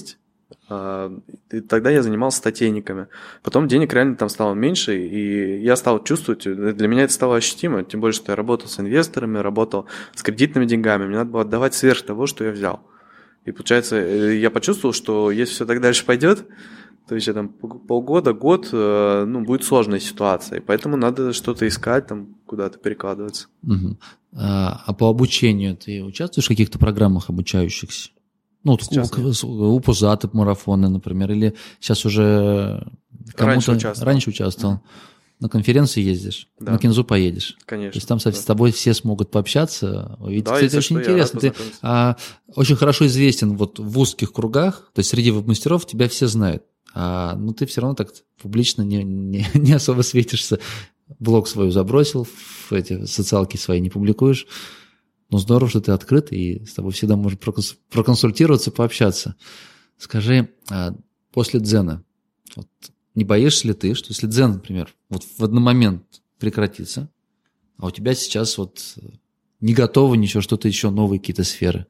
И тогда я занимался статейниками. Потом денег реально там стало меньше, и я стал чувствовать, для меня это стало ощутимо, тем более, что я работал с инвесторами, работал с кредитными деньгами, мне надо было отдавать сверх того, что я взял. И получается, я почувствовал, что если все так дальше пойдет, то еще там полгода, год, будет сложная ситуация, и поэтому надо что-то искать, там куда-то перекладываться. Угу. А по обучению ты участвуешь в каких-то программах обучающихся? Ну, у Пузаты марафоны, например, или сейчас уже кому-то... Раньше участвовал. На конференции ездишь, на Кинзу поедешь. Конечно. То есть там с тобой все смогут пообщаться. Ведь, кстати, очень интересно. Ты очень хорошо известен вот в узких кругах, то есть среди веб-мастеров тебя все знают. Но ты все равно так публично не особо светишься. Блог свой забросил, в эти социалки свои не публикуешь. Но здорово, что ты открыт, и с тобой всегда можно проконсультироваться, пообщаться. Скажи, после дзена, вот, не боишься ли ты, что если дзен, например, вот в один момент прекратится, а у тебя сейчас вот не готово ничего, что-то еще новые какие-то сферы?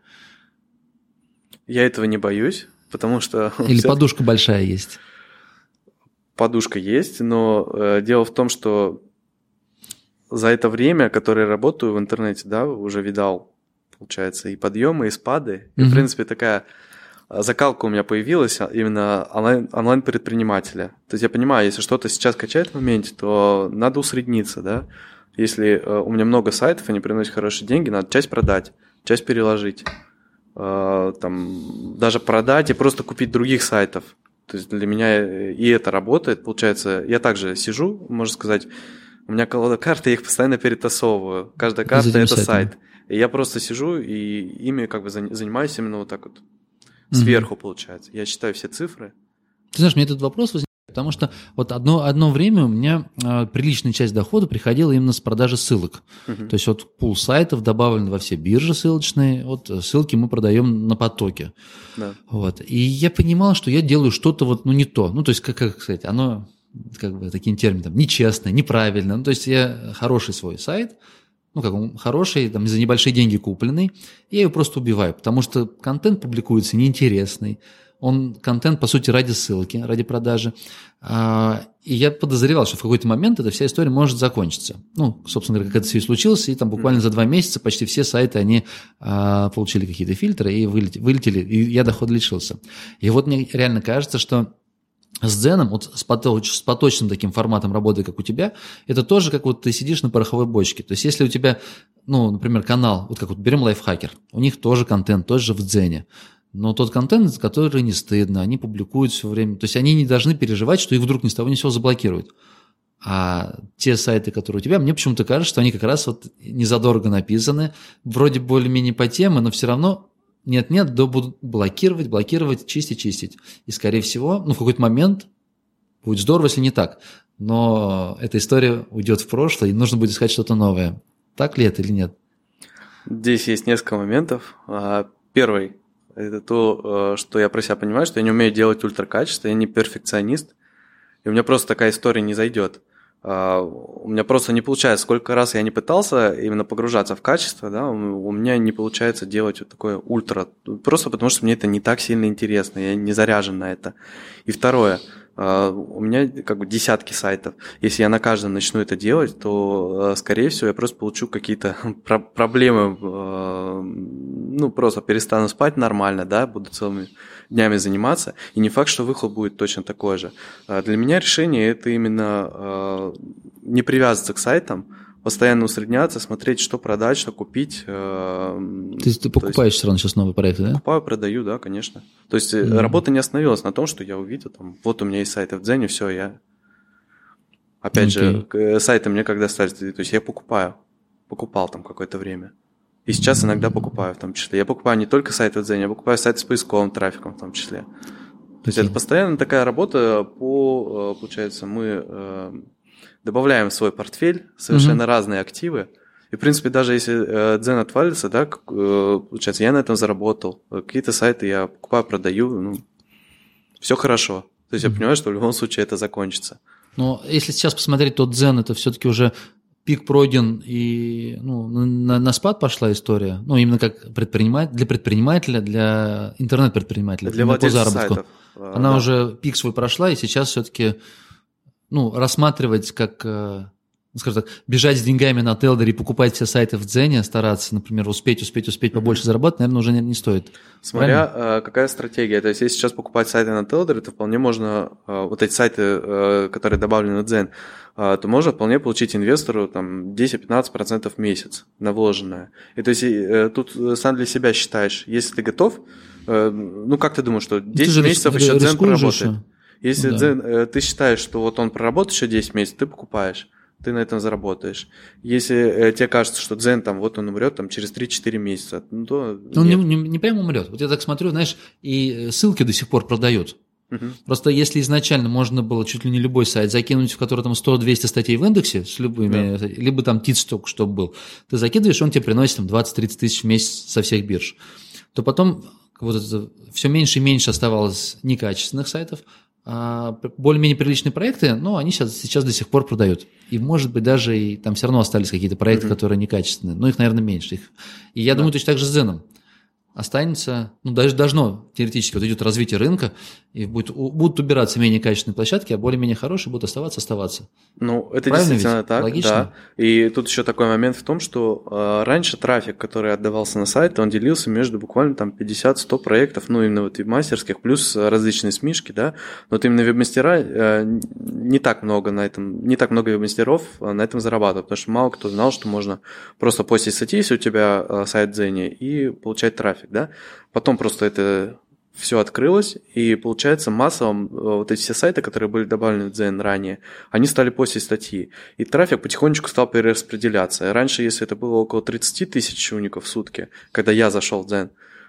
Я этого не боюсь, потому что... Или подушка большая есть? Подушка есть, но дело в том, что за это время, которое я работаю в интернете, да, уже видал, получается, и подъемы, и спады. И, в принципе, такая закалка у меня появилась именно онлайн-предпринимателя. То есть я понимаю, если что-то сейчас качать в моменте, то надо усредниться, да. Если у меня много сайтов, они приносят хорошие деньги, надо часть продать, часть переложить. Там, даже продать и просто купить других сайтов. То есть для меня и это работает. Получается, я также сижу, можно сказать, у меня колода карт, я их постоянно перетасовываю. Каждая карта – это сайт. И я просто сижу и ими как бы занимаюсь именно вот так вот сверху, получается. Я считаю все цифры. Ты знаешь, мне этот вопрос возник, потому что вот одно время у меня приличная часть дохода приходила именно с продажи ссылок. То есть вот пул сайтов добавлен во все биржи ссылочные, вот ссылки мы продаем на потоке. Да. Вот. И я понимал, что я делаю что-то вот, не то. Ну, то есть, как сказать, оно... как бы таким термином, нечестно, неправильно. Ну, то есть я хороший свой сайт, как он хороший, там, за небольшие деньги купленный, я его просто убиваю, потому что контент публикуется неинтересный, контент, по сути, ради ссылки, ради продажи. И я подозревал, что в какой-то момент эта вся история может закончиться. Собственно говоря, как это все и случилось, и там буквально за 2 месяца почти все сайты, они получили какие-то фильтры и вылетели, и я дохода лишился. И вот мне реально кажется, что с дзеном, вот с поточным таким форматом работы, как у тебя, это тоже как вот ты сидишь на пороховой бочке. То есть если у тебя, например, канал, вот как вот берем Лайфхакер, у них тоже контент, тоже в дзене. Но тот контент, который не стыдно, они публикуют все время. То есть они не должны переживать, что их вдруг ни с того ни с сего заблокируют. А те сайты, которые у тебя, мне почему-то кажется, что они как раз вот незадорого написаны, вроде более-менее по теме, но все равно нет-нет, да будут блокировать, чистить. И, скорее всего, в какой-то момент будет здорово, если не так. Но эта история уйдет в прошлое, и нужно будет искать что-то новое. Так ли это или нет? Здесь есть несколько моментов. Первый – это то, что я про себя понимаю, что я не умею делать ультракачество, я не перфекционист, и у меня просто такая история не зайдет. У меня просто не получается, сколько раз я не пытался именно погружаться в качество, да, у меня не получается делать вот такое ультра, просто потому что мне это не так сильно интересно, я не заряжен на это. И второе, у меня как бы десятки сайтов, если я на каждом начну это делать, то, скорее всего, я просто получу какие-то проблемы, просто перестану спать нормально, да, буду целыми днями заниматься, и не факт, что выхлоп будет точно такой же. Для меня решение – это именно не привязываться к сайтам, постоянно усредняться, смотреть, что продать, что купить. Ты покупаешь все равно сейчас новые проекты, да? Покупаю, продаю, да, конечно. То есть работа не остановилась на том, что я увидел, там, вот у меня есть сайты в Дзене, все, я… Опять же, сайты мне когда ставят, то есть я покупал там какое-то время. И сейчас иногда покупаю в том числе. Я покупаю не только сайты в Дзене, я покупаю сайты с поисковым трафиком в том числе. То есть это постоянно такая работа получается, мы добавляем в свой портфель совершенно разные активы. И, в принципе, даже если Дзен отвалится, да, получается, я на этом заработал. Какие-то сайты я покупаю, продаю, все хорошо. То есть я понимаю, что в любом случае это закончится. Но если сейчас посмотреть, то Дзен это все-таки уже пик пройден и на спад пошла история, именно как для предпринимателя, для интернет-предпринимателя, для владельцев по заработку. Сайтов. Она уже пик свой прошла, и сейчас все-таки рассматривать как, скажем так, бежать с деньгами на Телдере и покупать все сайты в Дзене, стараться, например, успеть побольше заработать, наверное, уже не стоит. Смотря какая стратегия. То есть, если сейчас покупать сайты на Телдере, то вполне можно, вот эти сайты, которые добавлены в Дзен, то можно вполне получить инвестору там 10-15% в месяц на вложенное. И то есть тут сам для себя считаешь, если ты готов, как ты думаешь, что 10 месяцев еще Дзен проработает? Если Дзен, ты считаешь, что вот он проработает еще 10 месяцев, ты покупаешь, ты на этом заработаешь. Если тебе кажется, что Дзен там вот он умрет там, через 3-4 месяца, то он не прямо умрет. Вот я так смотрю, знаешь, и ссылки до сих пор продают. Просто если изначально можно было чуть ли не любой сайт закинуть, в который там 100-200 статей в индексе, с любыми, либо там ТИЦ только что был, ты закидываешь, он тебе приносит там 20-30 тысяч в месяц со всех бирж, то потом вот это все меньше и меньше оставалось некачественных сайтов, а более-менее приличные проекты, они сейчас до сих пор продают. И, может быть, даже и там все равно остались какие-то проекты, которые некачественные, но их, наверное, меньше. И я думаю, точно так же с Дзеном. Останется, даже должно теоретически, вот идет развитие рынка, и будут убираться менее качественные площадки, а более-менее хорошие будут оставаться. Это правильно действительно ведь? Так, логично. Да. И тут еще такой момент в том, что раньше трафик, который отдавался на сайт, он делился между буквально там 50-100 проектов, именно вот веб-мастерских, плюс различные СМИшки, да, но вот именно веб-мастера не так много веб-мастеров на этом зарабатывают, потому что мало кто знал, что можно просто постить статьи, если у тебя сайт в Дзене, и получать трафик. Да? Потом просто это все открылось, и получается массово вот эти все сайты, которые были добавлены в Дзен ранее, они стали постить статьи, и трафик потихонечку стал перераспределяться. И раньше, если это было около 30 тысяч уников в сутки, когда я зашел в Дзен,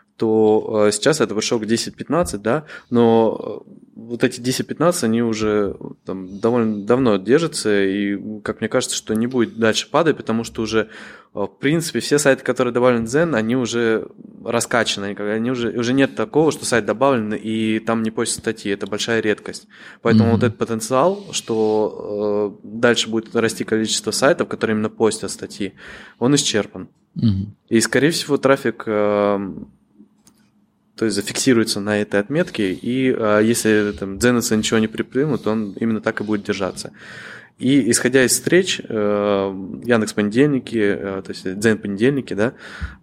то сейчас это вышло к 10-15, да, но вот эти 10-15, они уже там довольно давно держатся, и, как мне кажется, что не будет дальше падать, потому что уже, в принципе, все сайты, которые добавлены в Дзен, они уже раскачаны, они уже нет такого, что сайт добавлен, и там не постят статьи, это большая редкость. Поэтому вот этот потенциал, что дальше будет расти количество сайтов, которые именно постят статьи, он исчерпан. И, скорее всего, трафик... то есть зафиксируется на этой отметке, и если там Дзеновцы ничего не предпримут, то он именно так и будет держаться. И исходя из встреч, Яндекс.Понедельники, то есть Дзен.Понедельники, да,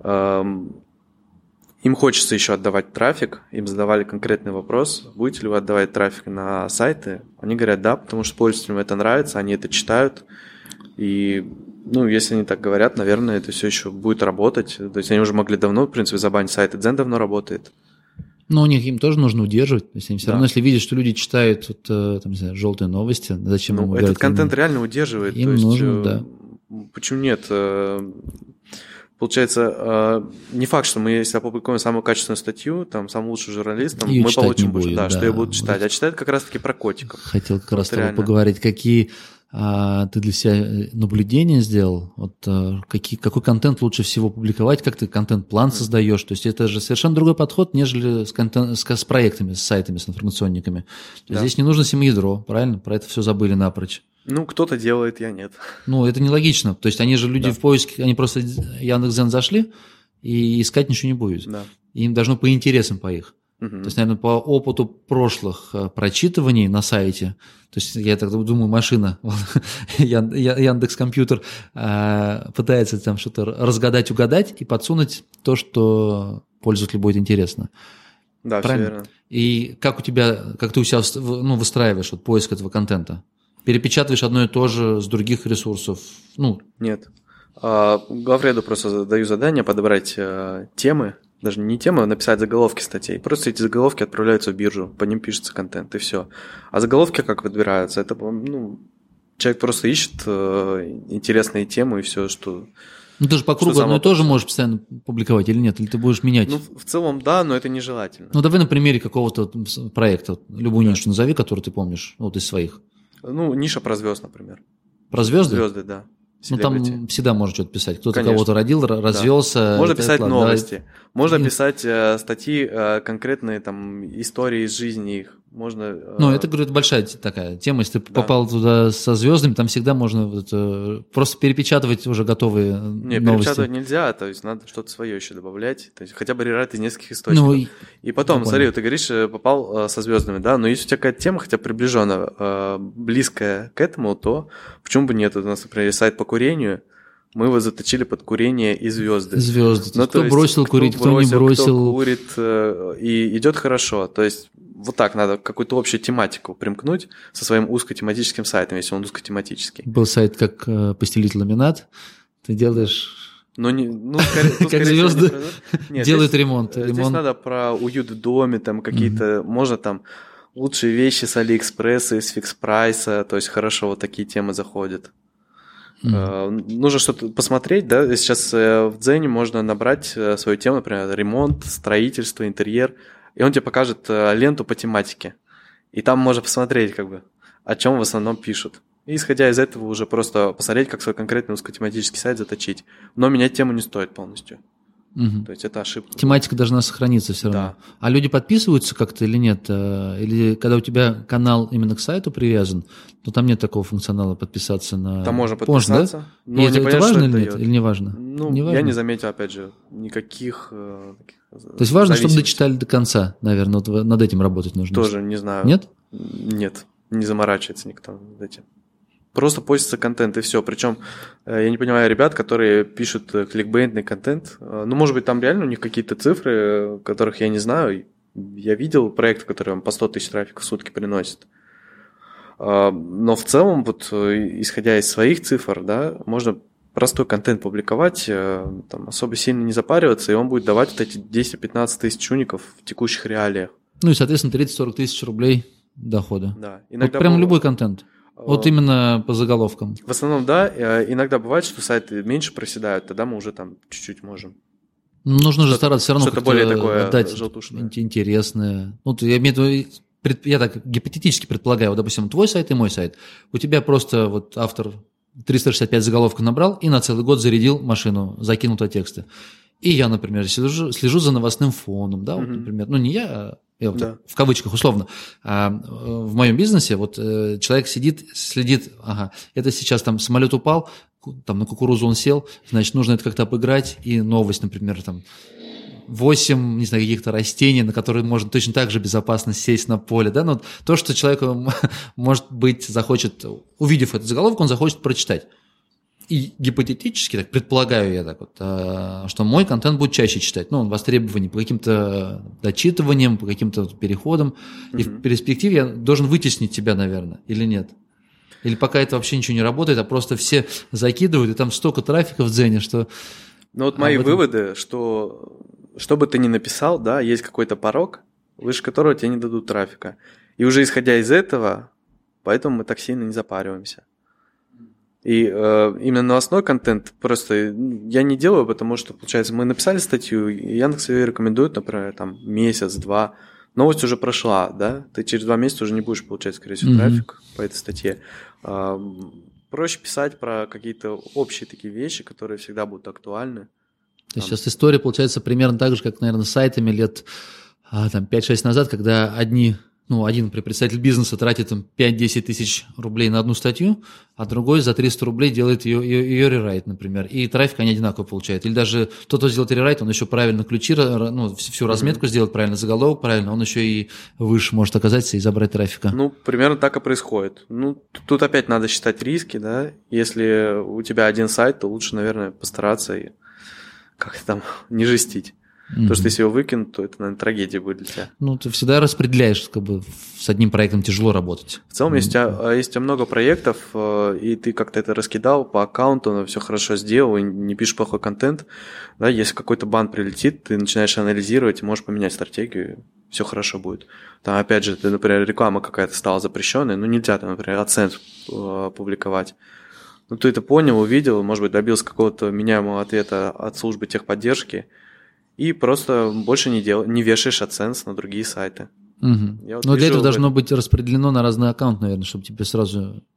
им хочется еще отдавать трафик, им задавали конкретный вопрос, будете ли вы отдавать трафик на сайты? Они говорят, да, потому что пользователям это нравится, они это читают, и если они так говорят, наверное, это все еще будет работать. То есть они уже могли давно, в принципе, забанить сайты. Дзен давно работает. Но у них им тоже нужно удерживать. То есть им все равно, если видят, что люди читают желтые новости, зачем им убирать? Этот контент реально удерживает. Им нужно, да. Почему нет? Получается, не факт, что мы, если опубликуем самую качественную статью, там, самый лучший журналист, там, мы получим больше. Да, что ее будут читать. А читают как раз-таки про котиков. Хотел как раз с тобой поговорить, какие... ты для себя наблюдения сделал? Какой контент лучше всего публиковать? Как ты контент-план создаешь? То есть это же совершенно другой подход, нежели с проектами, с сайтами, с информационниками. Здесь не нужно семьядро, правильно? Про это все забыли напрочь. Кто-то делает, я нет. Это нелогично. То есть они же люди в поиске, они просто Яндекс.Дзен зашли, и искать ничего не будет. Да. Им должно по интересам по их. То есть, наверное, по опыту прошлых прочитываний на сайте, то есть, я так думаю, машина, Яндекс.Компьютер пытается там что-то разгадать, угадать и подсунуть то, что пользователю будет интересно. Да, правильно? все верно. И как ты у себя выстраиваешь поиск этого контента? Перепечатываешь одно и то же с других ресурсов? Нет. Главреду просто даю задание подобрать темы, даже не тема, написать заголовки статей. Просто эти заголовки отправляются в биржу, по ним пишется контент, и все. А заголовки как подбираются? Это, человек просто ищет интересные темы и все, что... Ты же по кругу одно и то же можешь постоянно публиковать или нет? Или ты будешь менять? В целом, да, но это нежелательно. Давай на примере какого-то проекта, любую нишу назови, которую ты помнишь, из своих. Ниша про звезд, например. Про звезды? Звезды, да. Там всегда можно что-то писать. Кто-то кого-то родил, развелся. Да. Можно писать новости. Можно писать статьи, конкретные там истории из жизни их. можно... Ну, это, говорю, это большая такая тема. Если ты попал туда со звездами, там всегда можно просто перепечатывать уже готовые новости. Перепечатывать нельзя, то есть надо что-то свое еще добавлять, то есть хотя бы рерайт из нескольких источников. И потом, смотри, ты говоришь, попал со звездами, да, но если у тебя какая-то тема, хотя приближенно близкая к этому, то почему бы нет? У нас, например, сайт по курению, мы его заточили под курение и звезды. Звезды. Ну, кто бросил курить, кто не бросил. Кто курит, и идет хорошо. То есть вот так надо какую-то общую тематику примкнуть со своим узкотематическим сайтом, если он узкотематический. Был сайт как постелить ламинат, ты делаешь... Как звезды делают ремонт. Здесь надо про уют в доме, там какие-то, можно там лучшие вещи с Алиэкспресса, из фикс-прайса, то есть хорошо вот такие темы заходят. Нужно что-то посмотреть, да, сейчас в Дзене можно набрать свою тему, например, ремонт, строительство, интерьер, и он тебе покажет ленту по тематике. И там можно посмотреть, как бы, о чем в основном пишут. И исходя из этого уже просто посмотреть, как свой конкретный узкотематический сайт заточить. Но менять тему не стоит полностью. То есть это ошибка. Тематика должна сохраниться все равно. Да. А люди подписываются как-то или нет? Или когда у тебя канал именно к сайту привязан, то там нет такого функционала подписаться на... Там можно подписаться. Да? Но это важно или нет? Или не важно? Не важно? Я не заметил, опять же, никаких... То есть важно, чтобы дочитали до конца, наверное. Вот над этим работать нужно. Тоже не знаю. Нет? Нет, не заморачивается никто над этим. Просто постится контент, и все. Причем я не понимаю ребят, которые пишут кликбейтный контент. Ну, может быть, там реально у них какие-то цифры, которых я не знаю. Я видел проекты, которые по 100 тысяч трафика в сутки приносят. Но в целом, вот исходя из своих цифр, да, можно простой контент публиковать, там, особо сильно не запариваться, и он будет давать вот эти 10-15 тысяч уников в текущих реалиях. Ну и, соответственно, 30-40 тысяч рублей дохода. Да. Вот прям любой контент. Вот именно по заголовкам. В основном, да. Иногда бывает, что сайты меньше проседают, тогда мы уже там чуть-чуть можем. Нужно же стараться все равно что-то более такое отдать желтушное. Интересное. Вот я имею в виду, я так гипотетически предполагаю, вот, допустим, твой сайт и мой сайт. У тебя просто вот автор 365 заголовков набрал и на целый год зарядил машину, закинул туда тексты. И я, например, слежу за новостным фоном, да, вот, например, ну не я вот в кавычках условно, а в моем бизнесе вот человек сидит, следит, это сейчас там самолет упал, там на кукурузу он сел, значит, нужно это как-то обыграть, и новость, например, там 8, не знаю, каких-то растений, на которые можно точно так же безопасно сесть на поле, да, но то, что человек, может быть, захочет, увидев этот заголовок, он захочет прочитать. И гипотетически, так предполагаю я так вот, что мой контент будет чаще читать. Ну, он востребований по каким-то дочитываниям, по каким-то переходам. И в перспективе я должен вытеснить тебя, наверное, или нет? Или пока это вообще ничего не работает, а просто все закидывают, и там столько трафика в Дзене, что... Ну, вот мои выводы, что бы ты ни написал, да, есть какой-то порог, выше которого тебе не дадут трафика. И уже исходя из этого, поэтому мы так сильно не запариваемся. И именно новостной контент просто я не делаю, потому что, получается, мы написали статью, и Яндекс ее рекомендует, например, там месяц-два, новость уже прошла, да, ты через 2 месяца уже не будешь получать, скорее всего, трафик по этой статье. Проще писать про какие-то общие такие вещи, которые всегда будут актуальны. То есть сейчас история получается примерно так же, как, наверное, с сайтами лет 5-6 назад, когда один представитель бизнеса тратит там 5-10 тысяч рублей на одну статью, а другой за 300 рублей делает ее рерайт, например, и трафик они одинаково получают. Или даже тот, кто сделает рерайт, он еще правильно ключи, всю разметку сделает правильно, заголовок правильно, он еще и выше может оказаться и забрать трафика. Ну, примерно так и происходит. Ну, тут опять надо считать риски, да, если у тебя один сайт, то лучше, наверное, постараться и как-то там не жестить. Потому что если его выкинут, то это, наверное, трагедия будет для тебя. Ну, ты всегда распределяешь, как бы с одним проектом тяжело работать. В целом, если у тебя много проектов, и ты как-то это раскидал по аккаунту, все хорошо сделал, и не пишешь плохой контент, да, если какой-то бан прилетит, ты начинаешь анализировать и можешь поменять стратегию, все хорошо будет. Там, опять же, например, реклама какая-то стала запрещенной, нельзя там, например, AdSense публиковать. Ну, ты это понял, увидел, может быть, добился какого-то меняемого ответа от службы техподдержки, и просто больше не вешаешь AdSense на другие сайты. Но для этого должно быть распределено на разные аккаунты, наверное, чтобы тебе сразу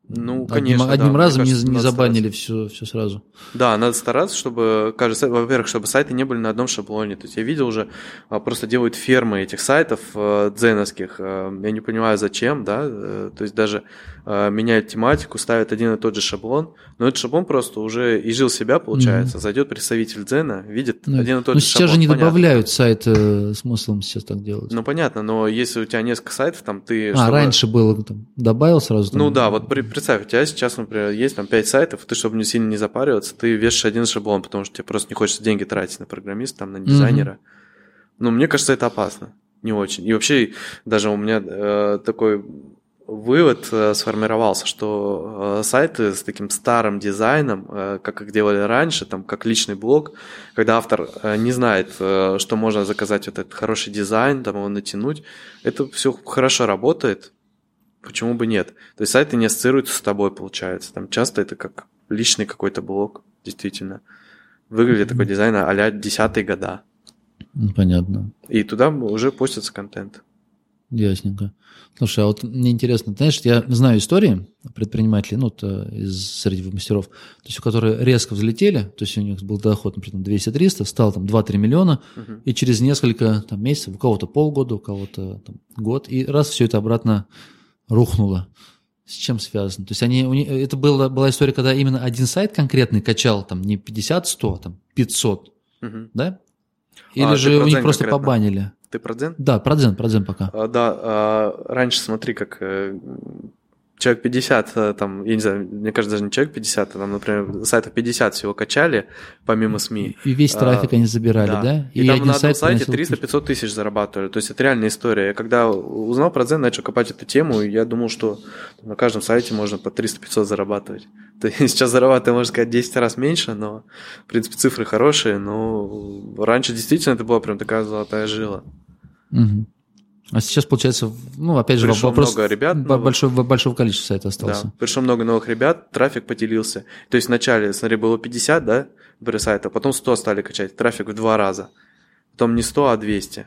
Ну, конечно, одним разом кажется, не забанили все сразу. Да, надо стараться, чтобы, кажется, во-первых, чтобы сайты не были на одном шаблоне. То есть я видел уже, просто делают фермы этих сайтов дзеновских. Я не понимаю, зачем, да, то есть даже меняют тематику, ставят один и тот же шаблон, но этот шаблон просто уже изжил себя, получается. Зайдет представитель дзена, видит один и тот же шаблон. Сейчас же не добавляют сайты смыслом сейчас так делать. Ну, понятно, но если у тебя несколько сайтов, там ты... раньше было, там, добавил сразу? Там... Ну да, вот представь, у тебя сейчас, например, есть там 5 сайтов, ты, чтобы не сильно не запариваться, ты вешаешь один шаблон, потому что тебе просто не хочется деньги тратить на программиста, там, на дизайнера. Ну, мне кажется, это опасно. Не очень. И вообще, даже у меня такой вывод сформировался, что сайты с таким старым дизайном, как их делали раньше, там, как личный блог, когда автор не знает, что можно заказать вот этот хороший дизайн, там, его натянуть, это все хорошо работает. Почему бы нет? То есть сайты не ассоциируются с тобой, получается. Там часто это как личный какой-то блог, действительно. Выглядит такой дизайн а-ля 10-е года. Понятно. И туда уже постится контент. Ясненько. Слушай, а вот мне интересно, знаешь, я знаю истории предпринимателей, среди мастеров, то есть у которых резко взлетели, то есть у них был доход, например, 200-300, стал там 2-3 миллиона, и через несколько там, месяцев, у кого-то полгода, у кого-то там, год, и раз все это обратно рухнуло. С чем связано? То есть это была история, когда именно один сайт конкретный качал там не 50-100, а там 500, да? Или же у них просто конкретно побанили? Ты про Дзен? Да, про Дзен пока. Раньше смотри, как человек 50, там, я не знаю, мне кажется, даже не человек 50, а там, например, сайтов 50 всего качали, помимо СМИ. И весь трафик они забирали, да? И там на одном сайте 300-500 тысяч зарабатывали. То есть это реальная история. Я когда узнал про Дзен, начал копать эту тему, и я думал, что на каждом сайте можно по 300-500 зарабатывать. То есть сейчас зарабатываю, можно сказать, 10 раз меньше, но, в принципе, цифры хорошие, но раньше действительно это была прям такая золотая жила. Угу. А сейчас, получается, опять же, пришло вопрос много ребят большого количества сайтов остался. Да, пришло много новых ребят, трафик поделился. То есть вначале, смотри, было 50, да, сайтов, потом 100 стали качать, трафик в 2 раза. Потом не 100, а 200.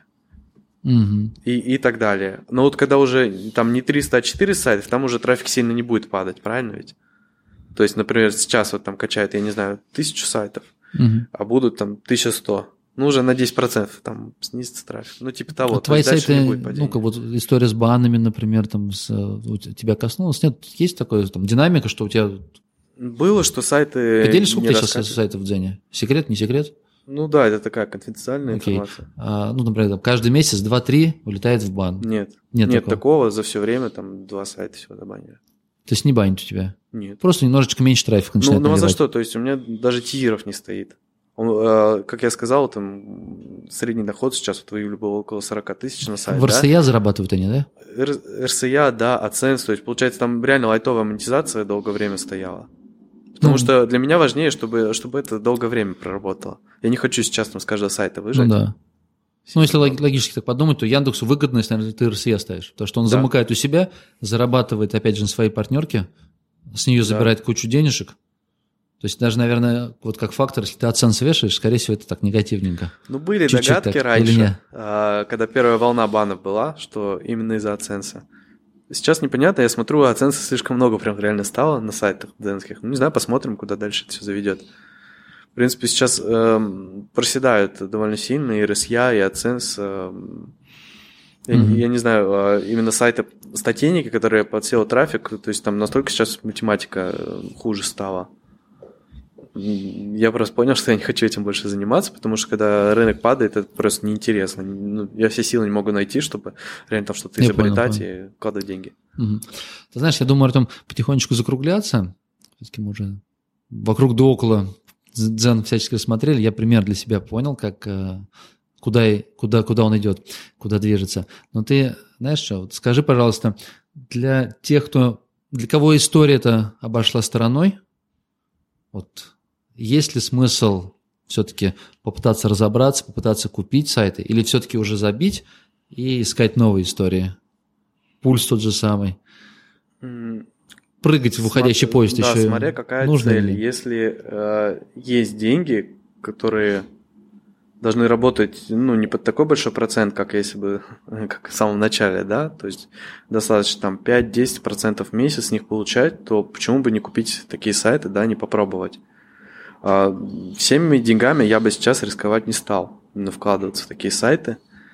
И так далее. Но вот когда уже там не 300, а 400 сайтов, там уже трафик сильно не будет падать, правильно ведь? То есть, например, сейчас вот там качают, я не знаю, 1000 сайтов, а будут там 1100. Ну, уже на 10% там снизится трафик. Ну, типа того. А твои сайты, как вот история с банами, например, там у тебя коснулась? Нет, есть такое, там, динамика, что у тебя... Было, что сайты... Поделишь, сколько сейчас сайтов в Дзене? Секрет, не секрет? Ну да, это такая конфиденциальная информация. Например, там, каждый месяц 2-3 улетает в бан. Нет такого. За все время там 2 сайта всего добанили. То есть не банит у тебя? Нет. Просто немножечко меньше трафика начинает набирать. Ну, а за что? То есть у меня даже тиеров не стоит. Как я сказал, там средний доход сейчас вот в июле был около 40 тысяч на сайте. В РСЯ зарабатывают они, да? РСЯ, да, AdSense, то есть получается там реально лайтовая монетизация долгое время стояла. Потому что для меня важнее, чтобы это долгое время проработало. Я не хочу сейчас там с каждого сайта выжать. Ну да. Если логически так подумать, то Яндексу выгодно, если, наверное, ты РСЯ ставишь. Потому что он замыкает у себя, зарабатывает, опять же, на своей партнерке, с нее забирает кучу денежек. То есть даже, наверное, вот как фактор, если ты AdSense вешаешь, скорее всего, это так негативненько. Ну, были чуть-чуть догадки так, раньше, когда первая волна банов была, что именно из-за AdSense. Сейчас непонятно, я смотрю, AdSense слишком много прям реально стало на сайтах дзенских. Ну, не знаю, посмотрим, куда дальше это все заведет. В принципе, сейчас проседают довольно сильно и RSA, и AdSense. Я не знаю, именно сайты статейники, которые подсел трафик, то есть там настолько сейчас математика хуже стала. Я просто понял, что я не хочу этим больше заниматься, потому что когда рынок падает, это просто неинтересно. Я все силы не могу найти, чтобы реально там что-то изобретать и вкладывать деньги. Ты знаешь, я думаю, Артем, потихонечку закругляться. Все-таки мы уже вокруг да около Дзен всячески рассмотрели. Я пример для себя понял, как куда он идет, куда движется. Но ты, знаешь что, вот скажи, пожалуйста, для кого история эта обошла стороной, вот есть ли смысл все-таки попытаться разобраться, попытаться купить сайты, или все-таки уже забить и искать новые истории? Пульс тот же самый. Прыгать в уходящий поезд еще. Да, смотря какая цель. Если есть деньги, которые должны работать, не под такой большой процент, как если бы, как в самом начале, да, то есть достаточно там 5-10% в месяц с них получать, то почему бы не купить такие сайты, да, не попробовать. Всеми деньгами я бы сейчас рисковать не стал, именно вкладываться в такие сайты.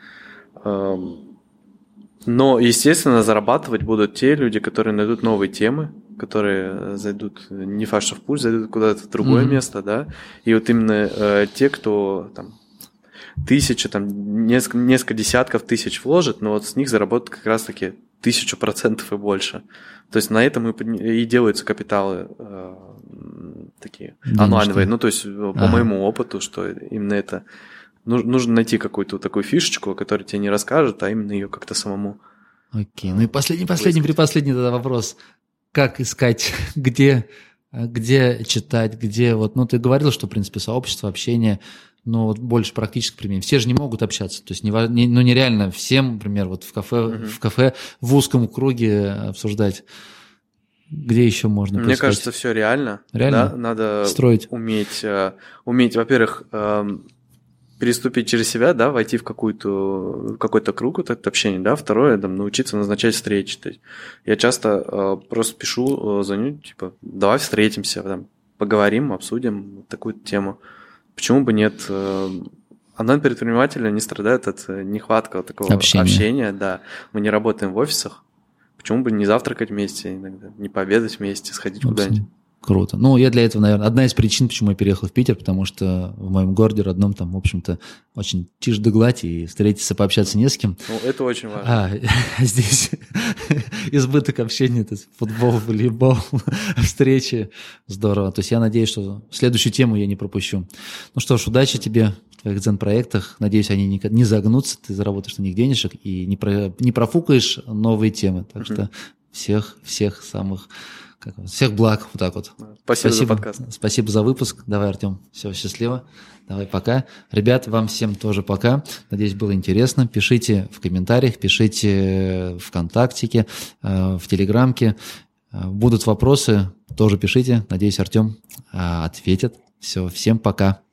Но, естественно, зарабатывать будут те люди, которые найдут новые темы, которые зайдут, не факт, что в пульс, зайдут куда-то в другое место, да, и вот именно те, кто там тысячи, там несколько десятков тысяч вложит, но вот с них заработают как раз-таки 1000% и больше. То есть на этом и делаются капиталы такие онлайновые. Ну, то есть по моему опыту, что именно это нужно найти какую-то такую фишечку, которая тебе не расскажет, а именно ее как-то самому. Окей. Ну и предпоследний тогда вопрос. Как искать, где читать, где вот, ты говорил, что, в принципе, сообщество, общение, но вот больше практически применим. Все же не могут общаться, то есть нереально всем, например, вот в кафе в узком круге обсуждать. Где еще можно поискать? Мне кажется, все реально. Реально? Да? Надо строить. Уметь, во-первых, переступить через себя, да, войти в какой-то круг вот общения, да. Второе, научиться назначать встречи. То есть я часто просто пишу, звоню, типа, давай встретимся, поговорим, обсудим такую тему. Почему бы нет? Онлайн-предприниматели не страдают от нехватки такого общения, да. Мы не работаем в офисах. Почему бы не завтракать вместе иногда, не пообедать вместе, сходить куда-нибудь? Круто. Я для этого, наверное, одна из причин, почему я переехал в Питер, потому что в моем городе родном там, в общем-то, очень тишь да гладь, и встретиться, пообщаться не с кем. Это очень важно. Здесь избыток общения, это футбол, волейбол, встречи. Здорово. То есть я надеюсь, что следующую тему я не пропущу. Ну что ж, удачи тебе в твоих дзен-проектах. Надеюсь, они не загнутся, ты заработаешь на них денежек и не профукаешь новые темы. Так что всех благ, вот так вот. Спасибо за подкаст. Спасибо за выпуск. Давай, Артем, все, счастливо. Давай, пока. Ребят, вам всем тоже пока. Надеюсь, было интересно. Пишите в комментариях, пишите ВКонтактике, в Телеграмке. Будут вопросы, тоже пишите. Надеюсь, Артем ответит. Все, всем пока.